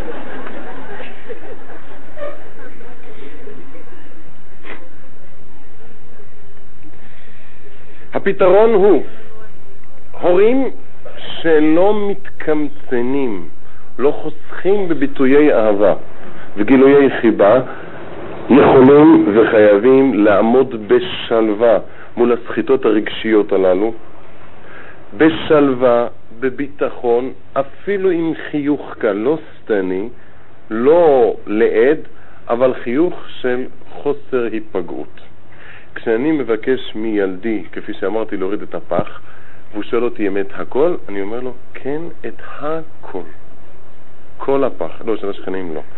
הפתרון הוא הורים שלא מתקמצנים, לא חוסכים בביטויי אהבה וגילויי חיבה, יכולים וחייבים לעמוד בשלווה מול הסחיטות הרגשיות הללו, בשלווה, בביטחון, אפילו עם חיוך קל, לא סתני, לא לעד, אבל חיוך של חוסר היפגעות. כשאני מבקש מילדי, כפי שאמרתי, להוריד את הפח, והוא שואל אותי אמת הכל, אני אומר לו, כן, את הכל. כל הפח, לא, של השכנים לא.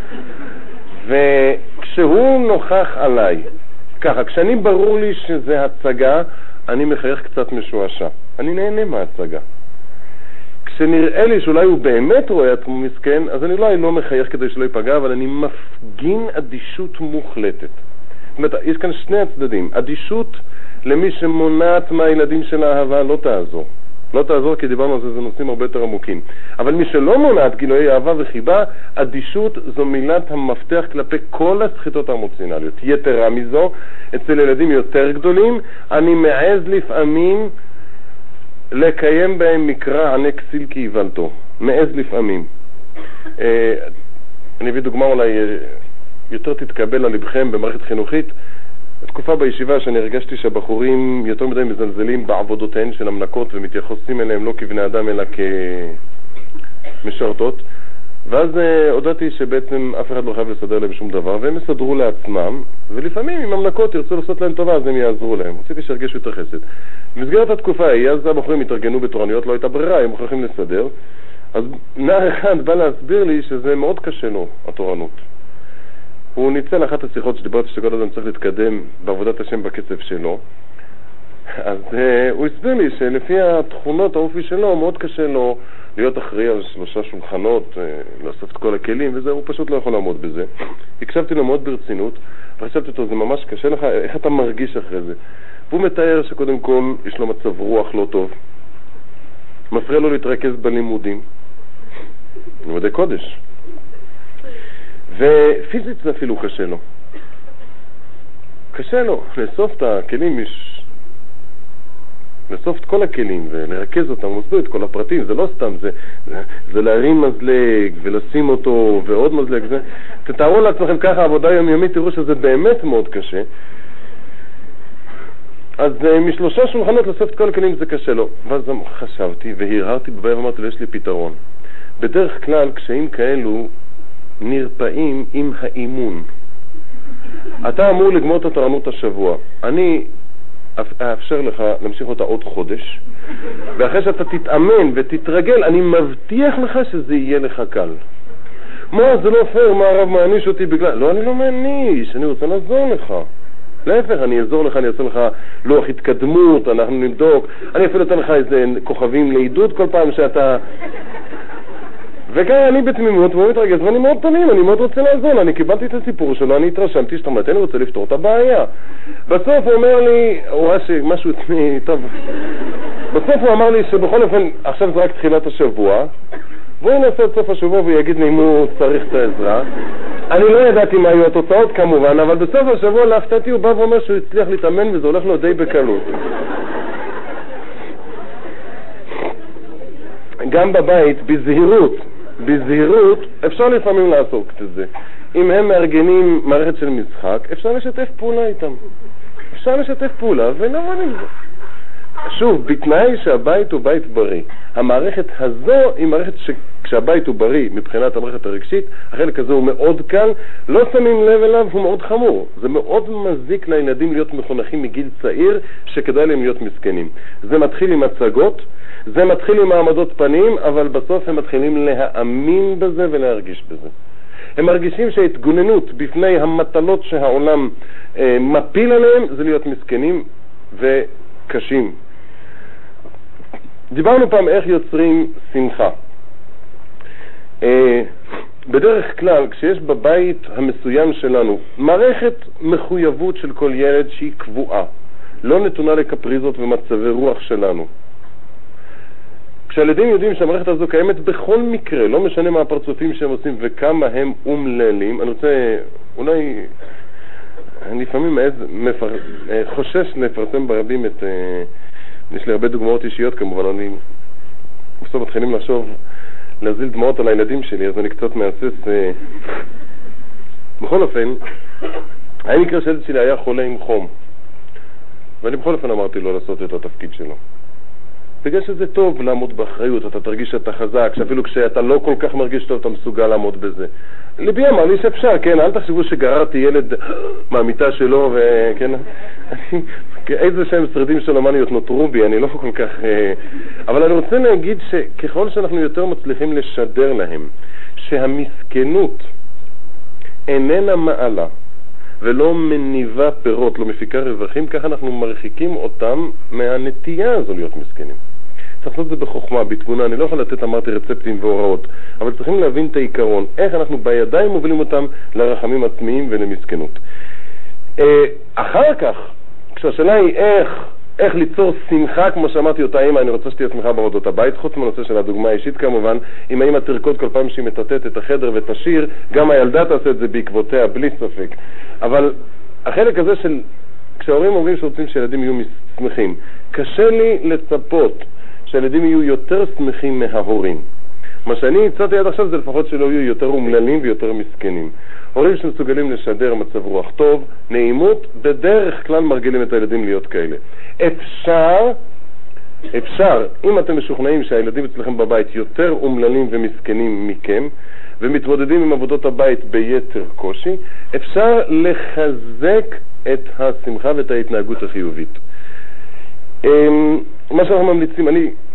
וכשהוא נוכח עליי, ככה, כשאני ברור לי שזה הצגה, אני מחייך קצת משועשע. אני נהנה מההצגה. כשנראה לי שאולי הוא באמת רואה עצמו מסכן, אז אני אולי לא מחייך כדי שלא ייפגע, אבל אני מפגין אדישות מוחלטת. זאת אומרת, יש כאן שני הצדדים. אדישות למי שמונעת מהילדים של האהבה לא תעזור. לא תעזור כי דיברנו על זה, זה נושאים הרבה יותר עמוקים. אבל מי שלא מונעת גילויי אהבה וחיבה, אדישות זו מילת המפתח כלפי כל הסחיטות האמוציונליות. יתרה מזו, אצל ילדים יותר גדולים, אני מעז לפעמים לקיים בהם מקרא ענה כסיל כי יבלתו. מעז לפעמים. אני אביא דוגמה אולי יותר תתקבל על לבכם במערכת חינוכית. תקופה בישיבה שאני הרגשתי שהבחורים יותר מדי מזלזלים בעבודותיהן של המנקות ומתייחסים אליהם לא כבני אדם אלא כמשרתות, ואז הודעתי שבעצם אף אחד לא חייב לסדר להם שום דבר והם יסדרו לעצמם, ולפעמים אם המנקות ירצו לעשות להם טובה אז הם יעזרו להם. רציתי שהרגשו יותר חסד. במסגרת התקופה היא, אז הבחורים התארגנו בתורניות, לא הייתה ברירה, הם מוכרחים לסדר. אז נער אחד בא להסביר לי שזה מאוד קשה לו, התורנות. הוא ניצל אחת השיחות שדיברתי שכל אדם צריך להתקדם בעבודת השם בקצב שלו. אז הוא הסביר לי שלפי התכונות האופי שלו מאוד קשה לו להיות אחראי על 3 שולחנות, לאסוף את כל הכלים וזה, הוא פשוט לא יכול לעמוד בזה. הקשבתי לו מאוד ברצינות וחשבתי אותו, זה ממש קשה לך, איך אתה מרגיש אחרי זה? והוא מתאר שקודם כל יש לו מצב רוח לא טוב, מפריע לו להתרכז בלימודים, לימודי קודש, ופיזית זה אפילו קשה לו. קשה לו לאסוף את הכלים, לאסוף את כל הכלים ולרכז אותם, מוסדו את כל הפרטים, זה לא סתם, זה להרים מזלג ולשים אותו ועוד מזלג, תתארו לעצמכם ככה עבודה יומיומית, תראו שזה באמת מאוד קשה. אז מ3 שולחנות לאסוף את כל הכלים זה קשה לו. ואז חשבתי והרהרתי בבית ואמרתי לו, יש לי פתרון. בדרך כלל קשיים כאלו נרפאים עם האימון. אתה אמור לגמור את התורנות השבוע. אני אאפשר לך להמשיך אותה עוד חודש, ואחרי שאתה תתאמן ותתרגל, אני מבטיח לך שזה יהיה לך קל. מה, זה לא פייר, מה הרב מעניש אותי בגלל... לא, אני לא מעניש, אני רוצה לעזור לך. להפך, אני אעזור לך, אני אעשה לך לוח התקדמות, אנחנו נבדוק, אני אפילו אתן לך איזה כוכבים לעידוד כל פעם שאתה... וגם אני בתמימות והוא מתרגש, ואני מאוד תמים, אני מאוד רוצה לעזור, אני קיבלתי את הסיפור שלו, אני התרשמתי שאתה מתן, אני רוצה לפתור את הבעיה. בסוף הוא אומר לי, הוא ראה שמשהו עצמי, טוב, בסוף הוא אמר לי שבכל אופן, עכשיו זה רק תחילת השבוע, בואי נעשה את סוף השבוע ויגיד לי אם הוא צריך את העזרה. אני לא ידעתי מה היו התוצאות כמובן, אבל בסוף השבוע להפתעתי הוא בא ואומר שהוא הצליח להתאמן וזה הולך לו די בקלות. גם בבית, בזהירות, אפשר לפעמים לעשות את זה. אם הם מארגנים מערכת של משחק, אפשר לשתף פעולה איתם. אפשר לשתף פעולה ונעמוד עם זה. שוב, בתנאי שהבית הוא בית בריא. המערכת הזו היא מערכת שכשהבית הוא בריא מבחינת המערכת הרגשית, החלק הזה הוא מאוד קל, לא שמים לב אליו, הוא מאוד חמור. זה מאוד מזיק לילדים להיות מחונכים מגיל צעיר, שכדאי להם להיות מסכנים. זה מתחיל עם הצגות, זה מתחיל עם העמדות פנים, אבל בסוף הם מתחילים להאמין בזה ולהרגיש בזה. הם מרגישים שההתגוננות בפני המטלות שהעולם מפיל עליהם, זה להיות מסכנים וקשים. דיברנו פעם איך יוצרים שמחה. בדרך כלל, כשיש בבית המסוים שלנו מערכת מחויבות של כל ילד שהיא קבועה, לא נתונה לקפריזות ומצבי רוח שלנו. כשהילדים יודעים שהמערכת הזו קיימת בכל מקרה, לא משנה מה הפרצופים שהם עושים וכמה הם אומללים, אני רוצה, אולי, אני לפעמים חושש לפרסם ברבים את... יש לי הרבה דוגמאות אישיות כמובן, אני בסוף מתחילים לחשוב, להזיל דמעות על הילדים שלי, אז אני קצת מהסס. בכל אופן, היה מקרה שהילד שלי היה חולה עם חום, ואני בכל אופן אמרתי לו לעשות את התפקיד שלו. בגלל שזה טוב לעמוד באחריות, אתה תרגיש שאתה חזק, שאפילו כשאתה לא כל כך מרגיש טוב, אתה מסוגל לעמוד בזה. ליבי אמר לי שאפשר, כן, אל תחשבו שגררתי ילד מהמיטה שלו, וכן, איזה שהם שרידים של אמניות נותרו בי, אני לא כל כך... אבל אני רוצה להגיד שככל שאנחנו יותר מצליחים לשדר להם, שהמסכנות איננה מעלה, ולא מניבה פירות, לא מפיקה רווחים, ככה אנחנו מרחיקים אותם מהנטייה הזו להיות מסכנים. צריך לעשות את זה בחוכמה, בתבונה, אני לא יכול לתת, אמרתי, רצפטים והוראות, אבל צריכים להבין את העיקרון, איך אנחנו בידיים מובילים אותם לרחמים עצמיים ולמסכנות. אחר כך, כשהשאלה היא איך ליצור שמחה, כמו שאמרתי אותה אמא, אני רוצה שתהיה שמחה בעבודות הבית, חוץ מהנושא של הדוגמה האישית כמובן, אם האמא תרקוד כל פעם שהיא מטטט את החדר ותשיר, גם הילדה תעשה את זה בעקבותיה, בלי ספק. אבל החלק הזה של, כשההורים אומרים שרוצים שילדים יהיו שמחים, קשה לי לצפות שהילדים יהיו יותר שמחים מההורים. מה שאני הצעתי עד עכשיו זה לפחות שלא יהיו יותר אומללים ויותר מסכנים. הורים שמסוגלים לשדר מצב רוח טוב, נעימות, בדרך כלל מרגילים את הילדים להיות כאלה. אפשר, אם אתם משוכנעים שהילדים אצלכם בבית יותר אומללים ומסכנים מכם, ומתמודדים עם עבודות הבית ביתר קושי, אפשר לחזק את השמחה ואת ההתנהגות החיובית. מה שאנחנו ממליצים,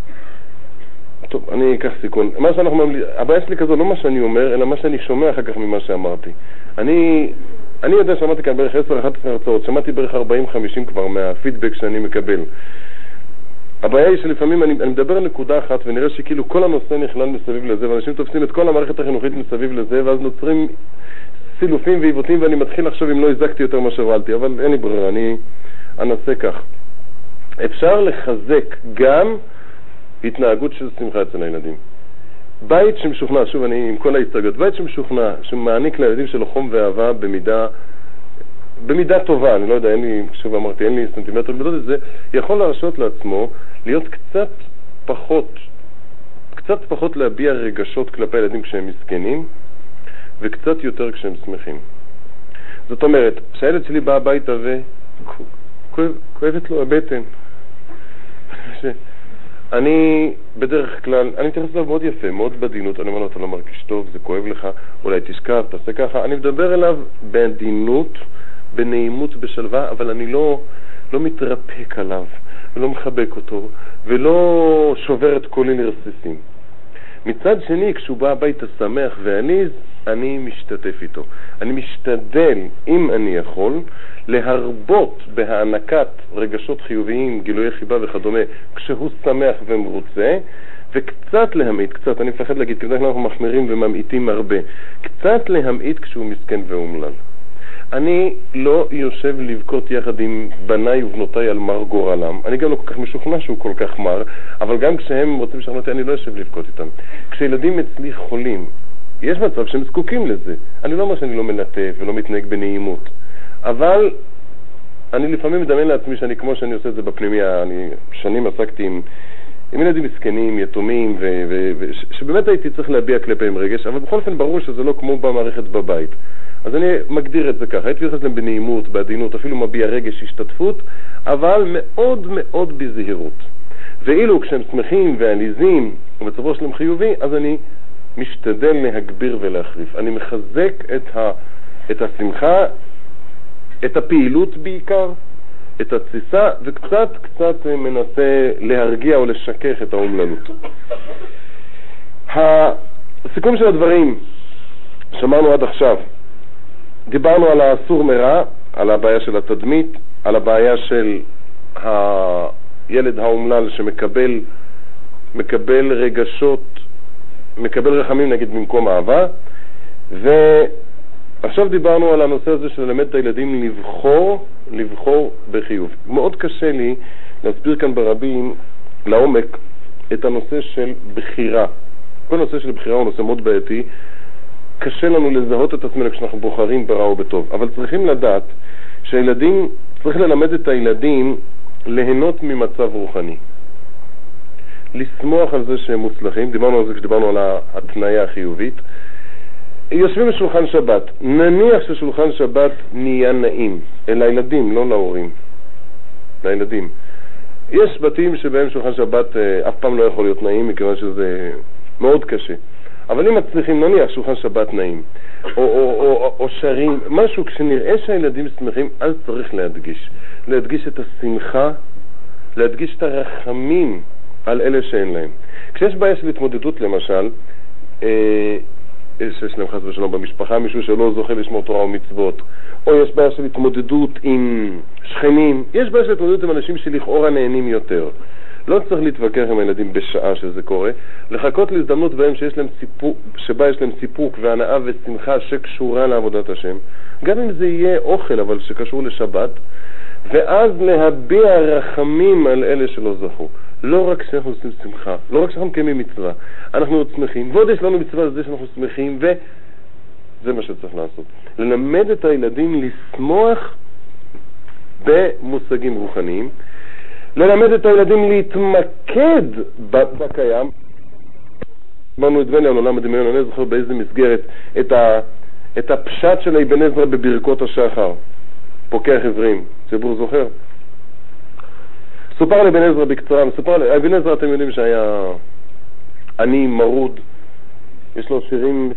אני אקח סיכון. הבעיה שלי כזו, לא מה שאני אומר, אלא מה שאני שומע אחר כך ממה שאמרתי. אני יודע שמעתי כאן בערך 10-11 הרצאות, שמעתי בערך 40-50 כבר מהפידבק שאני מקבל. הבעיה היא שלפעמים אני מדבר על נקודה אחת ונראה שכאילו כל הנושא נכלל מסביב לזה, ואנשים תופסים את כל המערכת החינוכית מסביב לזה, ואז נוצרים סילופים ועיוותים, ואני מתחיל לחשוב אם לא הזקתי יותר מה שהובלתי, אבל אין לי ברירה, אני אנסה כך. אפשר לחזק גם התנהגות של שמחה אצל הילדים. בית שמשוכנע, שוב אני עם כל ההסתגלות, בית שמשוכנע, שמעניק לילדים שלו חום ואהבה במידה טובה, אני לא יודע, שוב אמרתי, אין לי סנטימטר גדול, זה יכול להרשות לעצמו להיות קצת פחות להביע רגשות כלפי הילדים כשהם מסכנים, וקצת יותר כשהם שמחים. זאת אומרת, כשהילד שלי בא הביתה וכואבת לו הבטן, אני בדרך כלל, אני מתייחס אליו מאוד יפה, מאוד בדינות, אני אומר לו, אתה לא מרגיש טוב, זה כואב לך, אולי תשכב, תעשה ככה, אני מדבר אליו בעדינות, בנעימות, בשלווה, אבל אני לא מתרפק עליו, ולא מחבק אותו, ולא שובר את קולי לרסיסים. מצד שני, כשהוא בא הביתה שמח ועליז, אני משתתף איתו. אני משתדל, אם אני יכול, להרבות בהענקת רגשות חיוביים, גילויי חיבה וכדומה, כשהוא שמח ומרוצה, וקצת להמעיט, קצת, אני מפחד להגיד, כי בדרך כלל אנחנו מחמירים וממעיטים הרבה, קצת להמעיט כשהוא מסכן ואומלל. אני לא יושב לבכות יחד עם בניי ובנותיי על מר גורלם. אני גם לא כל כך משוכנע שהוא כל כך מר, אבל גם כשהם רוצים לשכנע אותי, אני לא יושב לבכות איתם. כשילדים אצלי חולים, יש מצב שהם זקוקים לזה. אני לא אומר שאני לא מלטף ולא מתנהג בנעימות, אבל אני לפעמים מדמיין לעצמי שאני, כמו שאני עושה את זה בפנימיה, אני שנים עסקתי עם ילדים מסכנים, יתומים, שבאמת הייתי צריך להביע כלפיהם רגש, אבל בכל אופן ברור שזה לא כמו במערכת בבית. אז אני מגדיר את זה ככה, הייתי נכנס להם בנעימות, בעדינות, אפילו מביע רגש השתתפות, אבל מאוד מאוד בזהירות. ואילו כשהם שמחים ועליזים, ובצברו שלהם חיובי, אז אני משתדל להגביר ולהחריף. אני מחזק את השמחה, את הפעילות בעיקר, את התסיסה, וקצת מנסה להרגיע או לשכך את האומללות. הסיכום של הדברים שמענו עד עכשיו, דיברנו על האסור מרע, על הבעיה של התדמית, על הבעיה של הילד האומלל שמקבל רגשות, מקבל רחמים נגיד במקום אהבה, ועכשיו דיברנו על הנושא הזה של ללמד את הילדים לבחור בחיוב. מאוד קשה לי להסביר כאן ברבים לעומק את הנושא של בחירה. כל נושא של בחירה הוא נושא מאוד בעייתי, קשה לנו לזהות את עצמנו כשאנחנו בוחרים ברע או בטוב, אבל צריכים לדעת שהילדים, צריך ללמד את הילדים ליהנות ממצב רוחני. לשמוח על זה שהם מוצלחים, דיברנו על זה כשדיברנו על התניה החיובית. יושבים בשולחן שבת, נניח ששולחן שבת נהיה נעים, אל הילדים, לא להורים, לילדים. יש בתים שבהם שולחן שבת אף פעם לא יכול להיות נעים, מכיוון שזה מאוד קשה. אבל אם מצליחים, נניח שולחן שבת נעים, או שרים, משהו, כשנראה שהילדים שמחים, אז צריך להדגיש את השמחה, להדגיש את הרחמים על אלה שאין להם. כשיש בעיה של התמודדות, למשל, שיש להם חס ושלום במשפחה, מישהו שלא זוכה לשמור תורה ומצוות, או יש בעיה של התמודדות עם שכנים, יש בעיה של התמודדות עם אנשים שלכאורה נהנים יותר. לא צריך להתווכח עם הילדים בשעה שזה קורה, לחכות להזדמנות בהם שבה יש להם סיפוק והנאה ושמחה שקשורה לעבודת השם, גם אם זה יהיה אוכל אבל שקשור לשבת, ואז להביע רחמים על אלה שלא זכו. לא רק שאנחנו עושים שמחה, לא רק שאנחנו מקיימים מצווה, אנחנו עוד שמחים, ועוד יש לנו מצווה על זה שאנחנו שמחים, וזה מה שצריך לעשות. ללמד את הילדים לשמוח במושגים רוחניים, ללמד את הילדים להתמקד בקיים. אמרנו את דבני על עולם הדמיון, אני זוכר באיזה מסגרת את הפשט של אבן עזרא בברכות השחר, פוקח עזרים, ציבור זוכר? סופר לאבן עזרא בקצרה, אבן עזרא אתם יודעים שהיה עני מרוד, יש לו שירים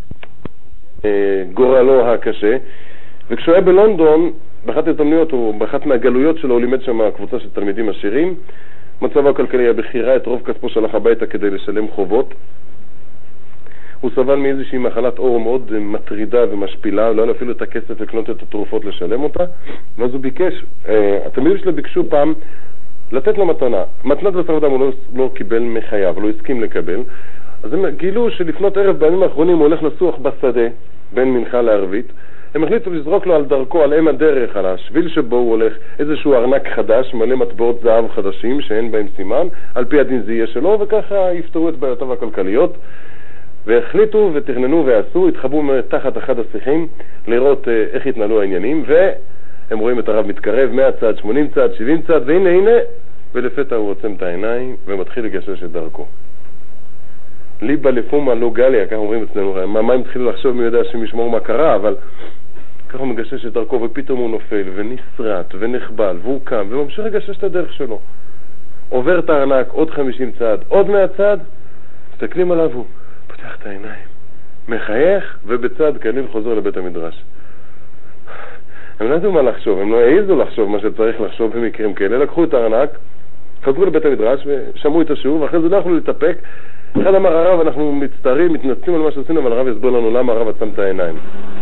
גורלו הקשה, וכשהוא היה בלונדון, באחת ההזדמנויות, או באחת מהגלויות שלו, הוא לימד שם קבוצה של תלמידים עשירים, מצבו הכלכלי היה בחירה, את רוב כספו שלח הביתה כדי לשלם חובות, הוא סבל מאיזושהי מחלת עור מאוד מטרידה ומשפילה, לא היה לו אפילו את הכסף לקנות את התרופות לשלם אותה, ואז הוא ביקש, התלמידים שלו ביקשו פעם לתת לו מתנה. מתנת בשר ודם הוא לא קיבל מחייו, לא הסכים לקבל, אז הם גילו שלפנות ערב בימים האחרונים הוא הולך לסוח בשדה, בין מנחה לערבית, הם החליטו לזרוק לו על דרכו, על אם הדרך, על השביל שבו הוא הולך, איזשהו ארנק חדש, מלא מטבעות זהב חדשים שאין בהם סימן, על פי הדין זה יהיה שלו, וככה יפתרו את בעיותיו הכלכליות. והחליטו ותכננו ועשו, התחבאו תחת אחד השיחים לראות איך התנהלו העניינים, והם רואים את הרב מתקרב 100 צעד, 80 צעד, 70 צעד, והנה, ולפתע הוא עוצם את העיניים ומתחיל לגשש את דרכו. ליבה לפומה לא גליה, ככה אומרים אצלנו, מה הם התחילו לחשוב מי יודע שהם ישמעו מה קרה, אבל ככה הוא מגשש את דרכו ופתאום הוא נופל ונסרט ונחבל והוא קם וממשיך לגשש את הדרך שלו. עובר את הארנק, עוד 50 צעד, עוד 100 צעד, מסתכלים עליו, הוא פותח את העיניים, מחייך, ובצעד קליל חוזר לבית המדרש. הם לא ידעו מה לחשוב, הם לא העיזו לחשוב מה שצריך לחשוב במקרים כאלה, לקחו את הארנק, חזרו לבית המדרש ושמעו את השיעור, ואחרי זה לא יכלו להתאפק. אחד אמר הרב, אנחנו מצטערים, מתנצלים על מה שעשינו, אבל הרב יסביר לנו למה הרב עצם את העיניים.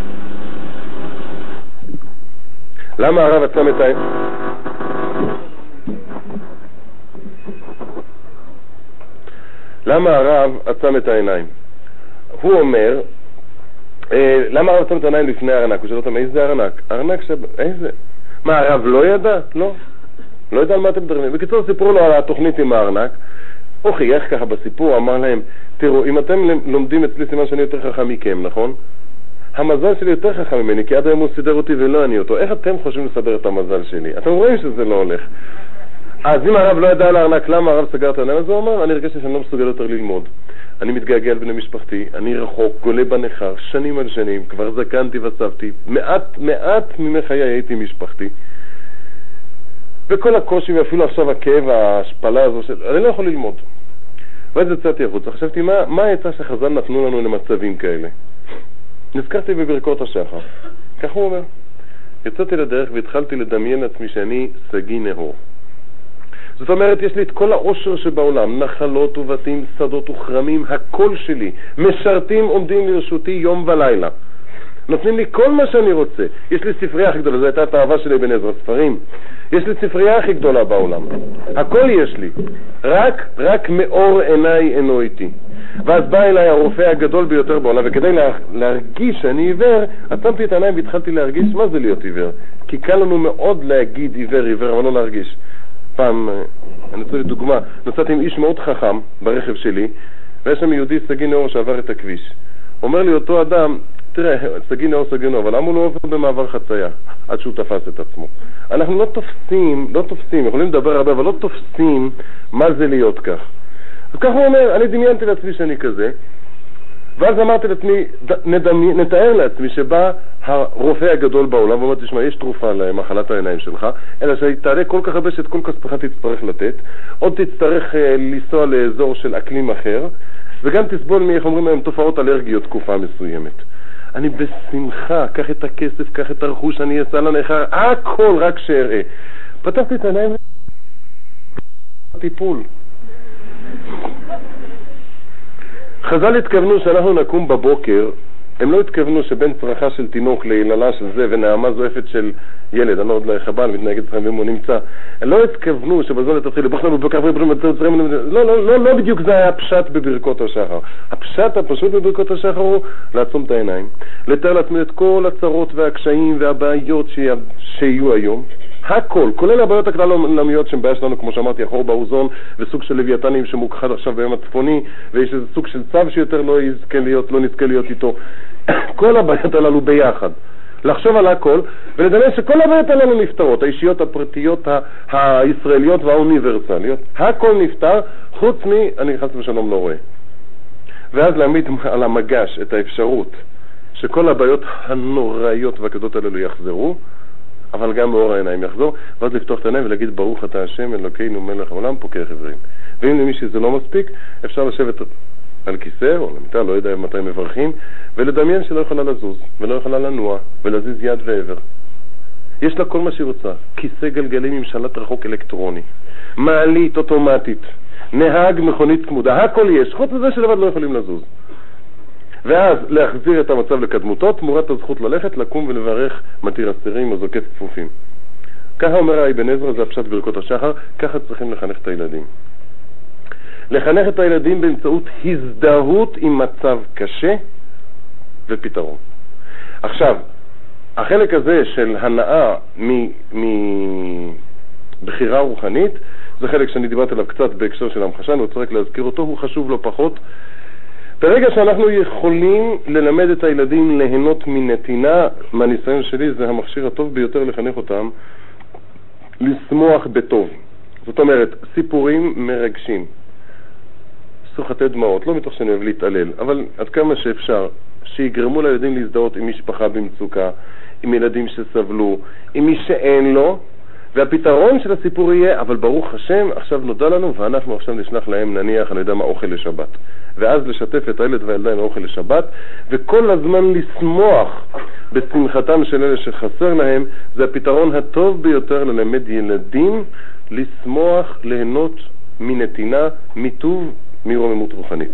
למה הרב עצם את העיניים? למה הרב עצם את העיניים? הוא אומר, למה הרב עצם את העיניים לפני הארנק? הוא שואל אותם, איזה ארנק? ארנק איזה? מה, הרב לא ידע? לא. לא יודע על מה אתם מדברים. בקיצור, סיפרו לו על התוכנית עם הארנק. הוא חייך ככה בסיפור, אמר להם, תראו, אם אתם לומדים אצלי סימן שאני יותר חכם מכם, נכון? המזל שלי יותר חכם ממני, כי עד היום הוא סידר אותי ולא אני אותו. איך אתם חושבים לסדר את המזל שלי? אתם רואים שזה לא הולך. אז אם הרב לא ידע על הארנק, למה הרב סגר את העיניים? אז הוא אמר, אני הרגשתי שאני לא מסוגל יותר ללמוד. אני מתגעגע על בני משפחתי, אני רחוק, גולה בנחר, שנים על שנים, כבר זקנתי וסבתי, מעט מחיי הייתי משפחתי. וכל הקושי, ואפילו עכשיו הכאב, ההשפלה הזו, אני לא יכול ללמוד. ואז יצאתי החוצה, חשבתי, מה העצה שחז"ל נתנו לנו למצבים כאלה? נזכרתי בברכות השחר. כך הוא אומר. יצאתי לדרך והתחלתי לדמיין לעצמי שאני סגי נהור. זאת אומרת, יש לי את כל העושר שבעולם, נחלות ובתים, שדות וחרמים, הכל שלי. משרתים עומדים לרשותי יום ולילה. נותנים לי כל מה שאני רוצה. יש לי ספרייה הכי גדולה, זו הייתה התאווה שלי בן עזרא, ספרים. יש לי ספרייה הכי גדולה בעולם. הכל יש לי. רק מאור עיניי אינו איתי. ואז בא אליי הרופא הגדול ביותר בעולם, וכדי להרגיש שאני עיוור, עצמתי את העיניים והתחלתי להרגיש מה זה להיות עיוור. כי קל לנו מאוד להגיד עיוור, אבל לא להרגיש. פעם, אני רוצה לדוגמה, נסעתי עם איש מאוד חכם ברכב שלי, ויש שם יהודי סגי נאור שעבר את הכביש. אומר לי אותו אדם, תראה, סגי נאור, אבל למה הוא לא עובר במעבר חצייה עד שהוא תפס את עצמו? אנחנו לא תופסים, יכולים לדבר הרבה, אבל לא תופסים מה זה להיות כך. אז כך הוא אומר, אני דמיינתי לעצמי שאני כזה, ואז אמרתי לעצמי, נתאר לעצמי שבא הרופא הגדול בעולם, ואומר, תשמע, יש תרופה למחלת העיניים שלך, אלא שתעלה כל כך הרבה שאת כל כספך תצטרך לתת, עוד תצטרך לנסוע לאזור של אקלים אחר, וגם תסבול איך אומרים להם תופעות אלרגיות תקופה מסוימת. אני בשמחה, קח את הכסף, קח את הרכוש, אני אעשה לנחר, הכל רק שאראה. פתחתי את העיניים, טיפול. חז"ל התכוונו שאנחנו נקום בבוקר, הם לא התכוונו שבין צרחה של תינוק להיללה של זה ונעמה זועפת של ילד, אני לא עוד לא חבל, מתנהגת אצלכם ואם הוא נמצא, הם לא התכוונו שבזמן תתחיל לבחנו בבוקר לא בדיוק זה היה הפשט בברכות השחר. הפשט הפשוט בברכות השחר הוא לעצום את העיניים, לתאר לעצמי את כל הצרות והקשיים והבעיות שיהיו היום, הכל, כולל הבעיות הכלל עולמיות שהן בעיה שלנו, כמו שאמרתי, החור באוזון וסוג של לוויתנים שמוכחד עכשיו ביום הצפוני, ויש איזה סוג של צו שיותר לא נזכה להיות איתו. כל הבעיות הללו ביחד. לחשוב על הכל, ולדמיין שכל הבעיות הללו נפתרות, האישיות, הפרטיות, הישראליות והאוניברסליות. הכל נפתר, חוץ אני חס ושלום לא רואה. ואז להעמיד על המגש את האפשרות שכל הבעיות הנוראיות והקדות הללו יחזרו, אבל גם מאור העיניים יחזור, ואז לפתוח את העיניים ולהגיד ברוך אתה השם אלוקינו מלך העולם פוקח עברים. ואם למי שזה לא מספיק, אפשר לשבת על כיסא או למיטה, לא יודע מתי מברכים, ולדמיין שלא יכולה לזוז ולא יכולה לנוע ולזיז יד ועבר. יש לה כל מה שהיא רוצה, כיסא גלגלים עם שלט רחוק אלקטרוני, מעלית אוטומטית, נהג מכונית צמודה, הכל יש, חוץ מזה שלבד לא יכולים לזוז. ואז להחזיר את המצב לקדמותו, תמורת הזכות ללכת, לקום ולברך מתיר אסירים או זוקף כפופים. ככה אומר אבן עזרא, זה הפשט ברכות השחר, ככה צריכים לחנך את הילדים. לחנך את הילדים באמצעות הזדהות עם מצב קשה ופתרון. עכשיו, החלק הזה של הנאה מבחירה רוחנית, זה חלק שאני דיברתי עליו קצת בהקשר של המחשה, אני רוצה רק להזכיר אותו, הוא חשוב לא פחות. ברגע שאנחנו יכולים ללמד את הילדים ליהנות מנתינה, מהניסיון שלי זה המכשיר הטוב ביותר לחנך אותם לשמוח בטוב. זאת אומרת, סיפורים מרגשים, סוחתי דמעות, לא מתוך שאני אוהב להתעלל, אבל עד כמה שאפשר, שיגרמו לילדים להזדהות עם משפחה במצוקה, עם ילדים שסבלו, עם מי שאין לו, והפתרון של הסיפור יהיה, אבל ברוך השם, עכשיו נודע לנו, ואנחנו עכשיו נשלח להם, נניח, אני יודע מה, אוכל לשבת. ואז לשתף את הילד והילדה עם אוכל לשבת, וכל הזמן לשמוח בשמחתם של אלה שחסר להם, זה הפתרון הטוב ביותר ללמד ילדים, לשמוח, ליהנות מנתינה, מטוב, מרוממות רוחנית.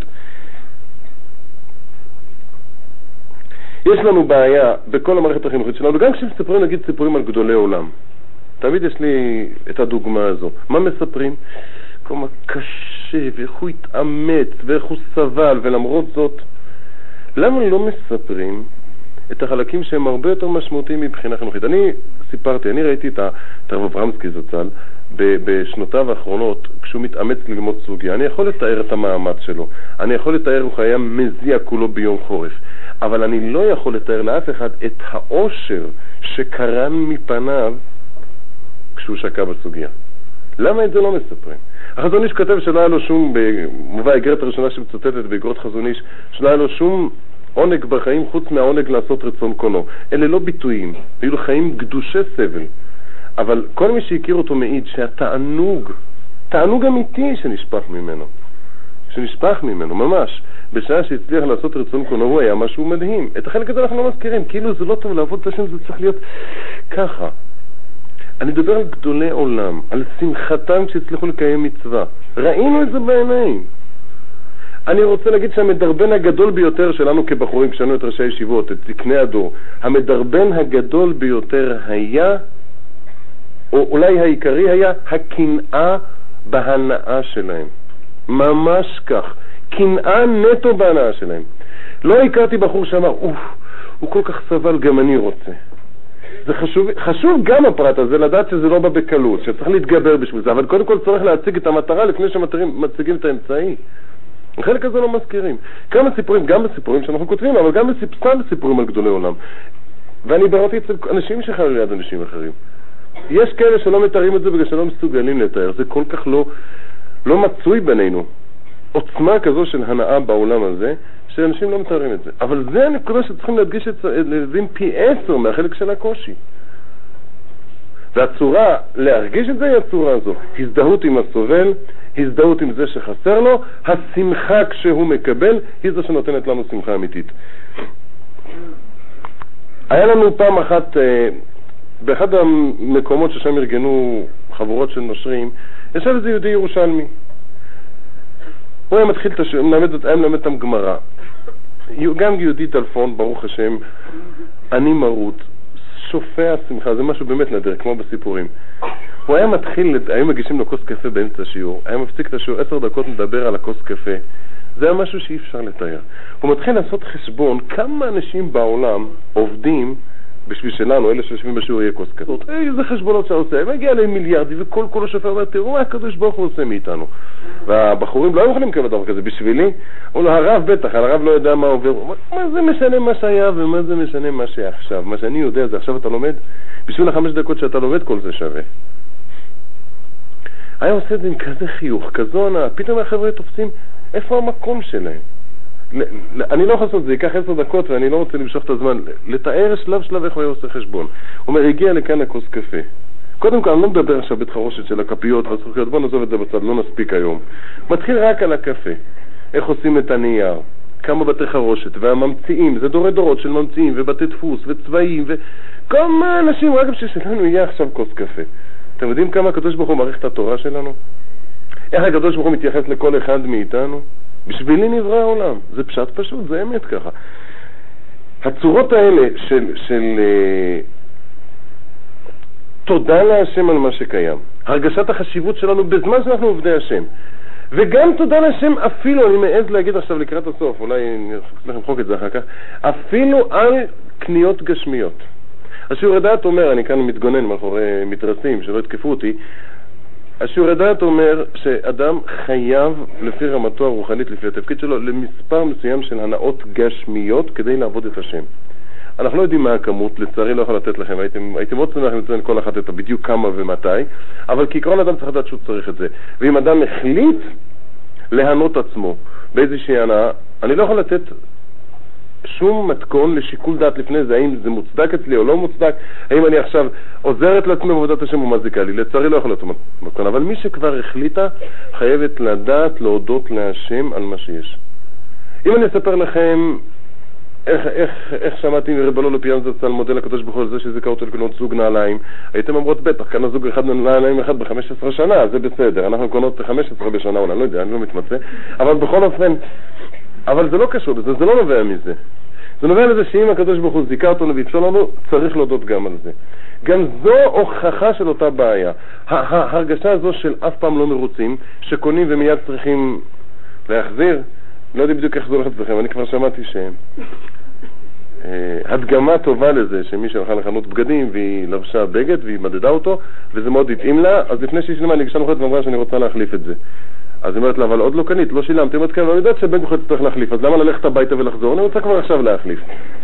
יש לנו בעיה בכל המערכת החינוכית שלנו, גם כשמספרים, נגיד, סיפורים על גדולי עולם. תמיד יש לי את הדוגמה הזו. מה מספרים? כמה קשה, ואיך הוא התאמץ, ואיך הוא סבל, ולמרות זאת, למה לא מספרים את החלקים שהם הרבה יותר משמעותיים מבחינה חינוכית? אני ראיתי את הרב אברמסקי זצ"ל בשנותיו האחרונות, כשהוא מתאמץ ללמוד סוגיה. אני יכול לתאר את המאמץ שלו, אני יכול לתאר הוא היה מזיע כולו ביום חורף, אבל אני לא יכול לתאר לאף אחד את האושר שקרן מפניו כשהוא שקע בסוגיה. למה את זה לא מספרים? החזון איש כתב שלא היה לו שום, במובא האיגרת הראשונה שמצוטטת באיגרות חזון איש, שלא היה לו שום עונג בחיים חוץ מהעונג לעשות רצון קונו. אלה לא ביטויים, היו לו חיים גדושי סבל. אבל כל מי שהכיר אותו מעיד שהתענוג, תענוג אמיתי שנשפך ממנו, ממש, בשעה שהצליח לעשות רצון קונו, הוא היה משהו מדהים. את החלק הזה אנחנו לא מזכירים, כאילו זה לא טוב לעבוד את השם, זה צריך להיות ככה. אני מדבר על גדולי עולם, על שמחתם כשהצליחו לקיים מצווה. ראינו את זה בעיניים. אני רוצה להגיד שהמדרבן הגדול ביותר שלנו כבחורים, כשאנו את ראשי הישיבות, את זקני הדור, המדרבן הגדול ביותר היה, או אולי העיקרי היה, הקנאה בהנאה שלהם. ממש כך. קנאה נטו בהנאה שלהם. לא הכרתי בחור שאמר, הוא כל כך סבל, גם אני רוצה. זה חשוב גם הפרט הזה, לדעת שזה לא בא בקלות, שצריך להתגבר בשביל זה, אבל קודם כל צריך להציג את המטרה לפני שמציגים את האמצעי. החלק הזה לא מזכירים. כמה סיפורים, גם בסיפורים שאנחנו כותבים, אבל גם סתם בסיפורים על גדולי עולם. ואני בראתי אצל אנשים שחיו ליד אנשים אחרים. יש כאלה שלא מתארים את זה בגלל שלא מסוגלים לתאר. זה כל כך לא מצוי בינינו. עוצמה כזו של הנאה בעולם הזה, שאנשים לא מתארים את זה. אבל זה הנקודה שצריכים להדגיש את לבין פי 10 מהחלק של הקושי. והצורה להרגיש את זה היא הצורה הזו. הזדהות עם הסובל, הזדהות עם זה שחסר לו, השמחה כשהוא מקבל, היא זו שנותנת לנו שמחה אמיתית. היה לנו פעם אחת, באחד המקומות ששם ארגנו חבורות של נושרים, ישב איזה יהודי ירושלמי. הוא היה מתחיל, היה מלמד אותם גמרא. גם יהודי טלפון, ברוך השם, אני מרות, שופע שמחה, זה משהו באמת נדיר, כמו בסיפורים. הוא היה מתחיל, היו מגישים לו כוס קפה באמצע השיעור, היה מפסיק את השיעור 10 דקות מדבר על הכוס קפה. זה היה משהו שאי אפשר לתאר. הוא מתחיל לעשות חשבון כמה אנשים בעולם עובדים בשביל שלנו, אלה שיושבים בשיעור יהיה כוס קפה. איזה חשבונות שעושה, הם מגיע להם מיליארדים, וכל השופע אומר, תראו מה הקדוש ברוך הוא עושה מאיתנו. והבחורים לא יכולים לקבל דבר כזה בשבילי. הוא לא, הרב בטח, הרב לא יודע מה עובר. מה זה משנה מה שהיה ומה זה משנה מה שעכשיו? מה שאני יודע זה עכשיו אתה לומד, בשביל 5 דקות שאתה לומד כל זה שווה. היה עושה את זה עם כזה חיוך, כזו ענה, פתאום החבר'ה תופסים איפה המקום שלהם. אני לא יכול לעשות זה, ייקח 10 דקות ואני לא רוצה למשוך את הזמן, לתאר שלב איך הוא היה עושה חשבון. הוא אומר, הגיע לכאן הכוס קפה. קודם כל, אני לא מדבר עכשיו בית חרושת של הכפיות והזכוכיות, בוא נעזוב את זה בצד, לא נספיק היום. מתחיל רק על הקפה, איך עושים את הנייר, כמה בתי חרושת, והממציאים, זה דורי דורות של ממציאים, ובתי דפוס, וצבעים, וכמה אנשים, רק בשביל שלנו יהיה עכשיו כוס קפה. אתם יודעים כמה הקדוש ברוך הוא מעריך את התורה שלנו? איך הקדוש ברוך הוא מתייחס לכל אחד מאיתנו? בשבילי נברא העולם. זה פשט פשוט, זה אמת ככה. הצורות האלה של תודה להשם על מה שקיים, הרגשת החשיבות שלנו בזמן שאנחנו עובדי השם, וגם תודה להשם אפילו, אני מעז להגיד עכשיו לקראת הסוף, אולי אני אצליח למחוק את זה אחר כך, אפילו על קניות גשמיות. השיעור הדעת אומר, אני כאן מתגונן מאחורי מתרסים שלא יתקפו אותי, השיעור הדעת אומר שאדם חייב לפי רמתו הרוחנית, לפי התפקיד שלו, למספר מסוים של הנאות גשמיות כדי לעבוד את השם. אנחנו לא יודעים מה הכמות, לצערי לא יכול לתת לכם, הייתם מאוד שמח לציין כל אחת את בדיוק כמה ומתי, אבל כעיקרון אדם צריך לדעת שהוא צריך את זה. ואם אדם החליט להנות עצמו באיזושהי הנאה, אני לא יכול לתת שום מתכון לשיקול דעת לפני זה, האם זה מוצדק אצלי או לא מוצדק, האם אני עכשיו עוזרת לעצמי בעבודת השם או מזיקה לי, לצערי לא יכול להיות מתכון, אבל מי שכבר החליטה חייבת לדעת להודות להשם על מה שיש. אם אני אספר לכם איך שמעתי מרבלו לפיאנזץ על מודל הקדוש ברוך הוא על זה שזיכה אותו לקנות זוג נעליים, הייתם אומרות בטח, קנה זוג אחד נעליים אחד ב-15 שנה, זה בסדר, אנחנו קונות 15 בשנה, אולי, לא יודע, אני לא מתמצא, אבל בכל אופן, אבל זה לא קשור לזה, זה לא נובע מזה. זה נובע לזה שאם הקדוש ברוך הוא זיכה אותו ואפשר לנו, צריך להודות גם על זה. גם זו הוכחה של אותה בעיה. ההרגשה הזו של אף פעם לא מרוצים, שקונים ומיד צריכים להחזיר, לא יודע בדיוק איך זה הולך אצלכם, אני כבר שמעתי הדגמה טובה לזה, שמי שהלכה לחנות בגדים והיא לבשה בגד והיא מדדה אותו, וזה מאוד התאים לה, אז לפני שהיא שילמה, ניגשה למחרת ואמרה שאני רוצה להחליף את זה. אז היא אומרת לה, אבל עוד לא קנית, לא שילמת, היא אומרת כאן, אני יודעת שבן כוחת צריך להחליף, אז למה ללכת הביתה ולחזור? אני רוצה כבר עכשיו להחליף.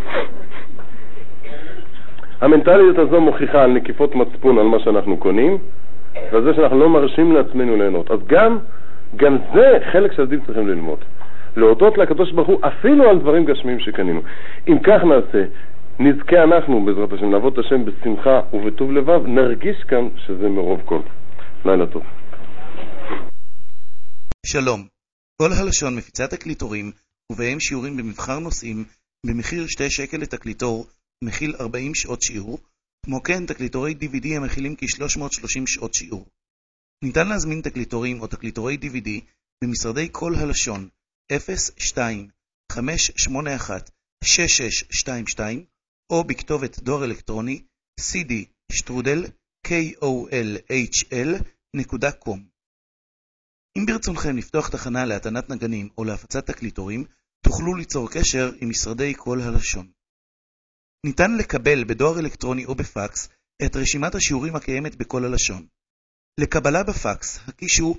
המנטליות הזו מוכיחה על נקיפות מצפון על מה שאנחנו קונים, ועל זה שאנחנו לא מרשים לעצמנו ליהנות. אז גם זה חלק שהילדים צריכים ללמוד. להודות לקדוש ברוך הוא אפילו על דברים גשמיים שקנינו. אם כך נעשה, נזכה אנחנו בעזרת השם לעבוד את השם בשמחה ובטוב לבב, נרגיש כאן שזה מרוב כל. לילה טוב. שלום. כל הלשון מפיצה תקליטורים ובהם שיעורים במבחר נושאים במחיר 2 שקל לתקליטור, מכיל 40 שעות שיעור, כמו כן תקליטורי DVD המכילים כ-330 שעות שיעור. ניתן להזמין תקליטורים או תקליטורי DVD במשרדי כל הלשון 02-581-6622 או בכתובת דואר אלקטרוני cd@kolhl.com. אם ברצונכם לפתוח תחנה להתנת נגנים או להפצת תקליטורים, תוכלו ליצור קשר עם משרדי כל הלשון. ניתן לקבל בדואר אלקטרוני או בפקס את רשימת השיעורים הקיימת בכל הלשון. לקבלה בפקס, הקישו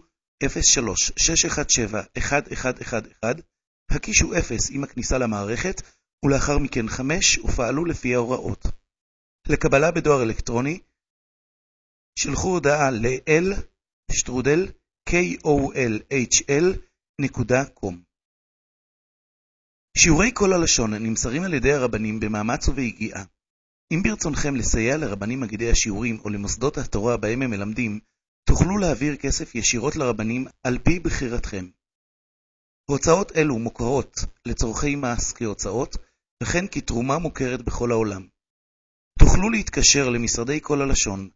03-617-1111, הקישו 0 עם הכניסה למערכת, ולאחר מכן 5 ופעלו לפי ההוראות. לקבלה בדואר אלקטרוני, שלחו הודעה l@kolhl.com. שיעורי כל הלשון נמסרים על ידי הרבנים במאמץ וביגיעה. אם ברצונכם לסייע לרבנים מגידי השיעורים או למוסדות התורה בהם הם מלמדים, תוכלו להעביר כסף ישירות לרבנים על פי בחירתכם. הוצאות אלו מוכרות לצורכי מס כהוצאות, וכן כתרומה מוכרת בכל העולם. תוכלו להתקשר למשרדי כל הלשון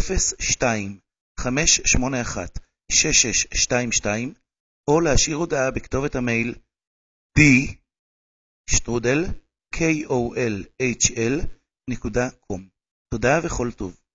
02-581-6622 או להשאיר הודעה בכתובת המייל d@kolhl.com. תודה וכל טוב.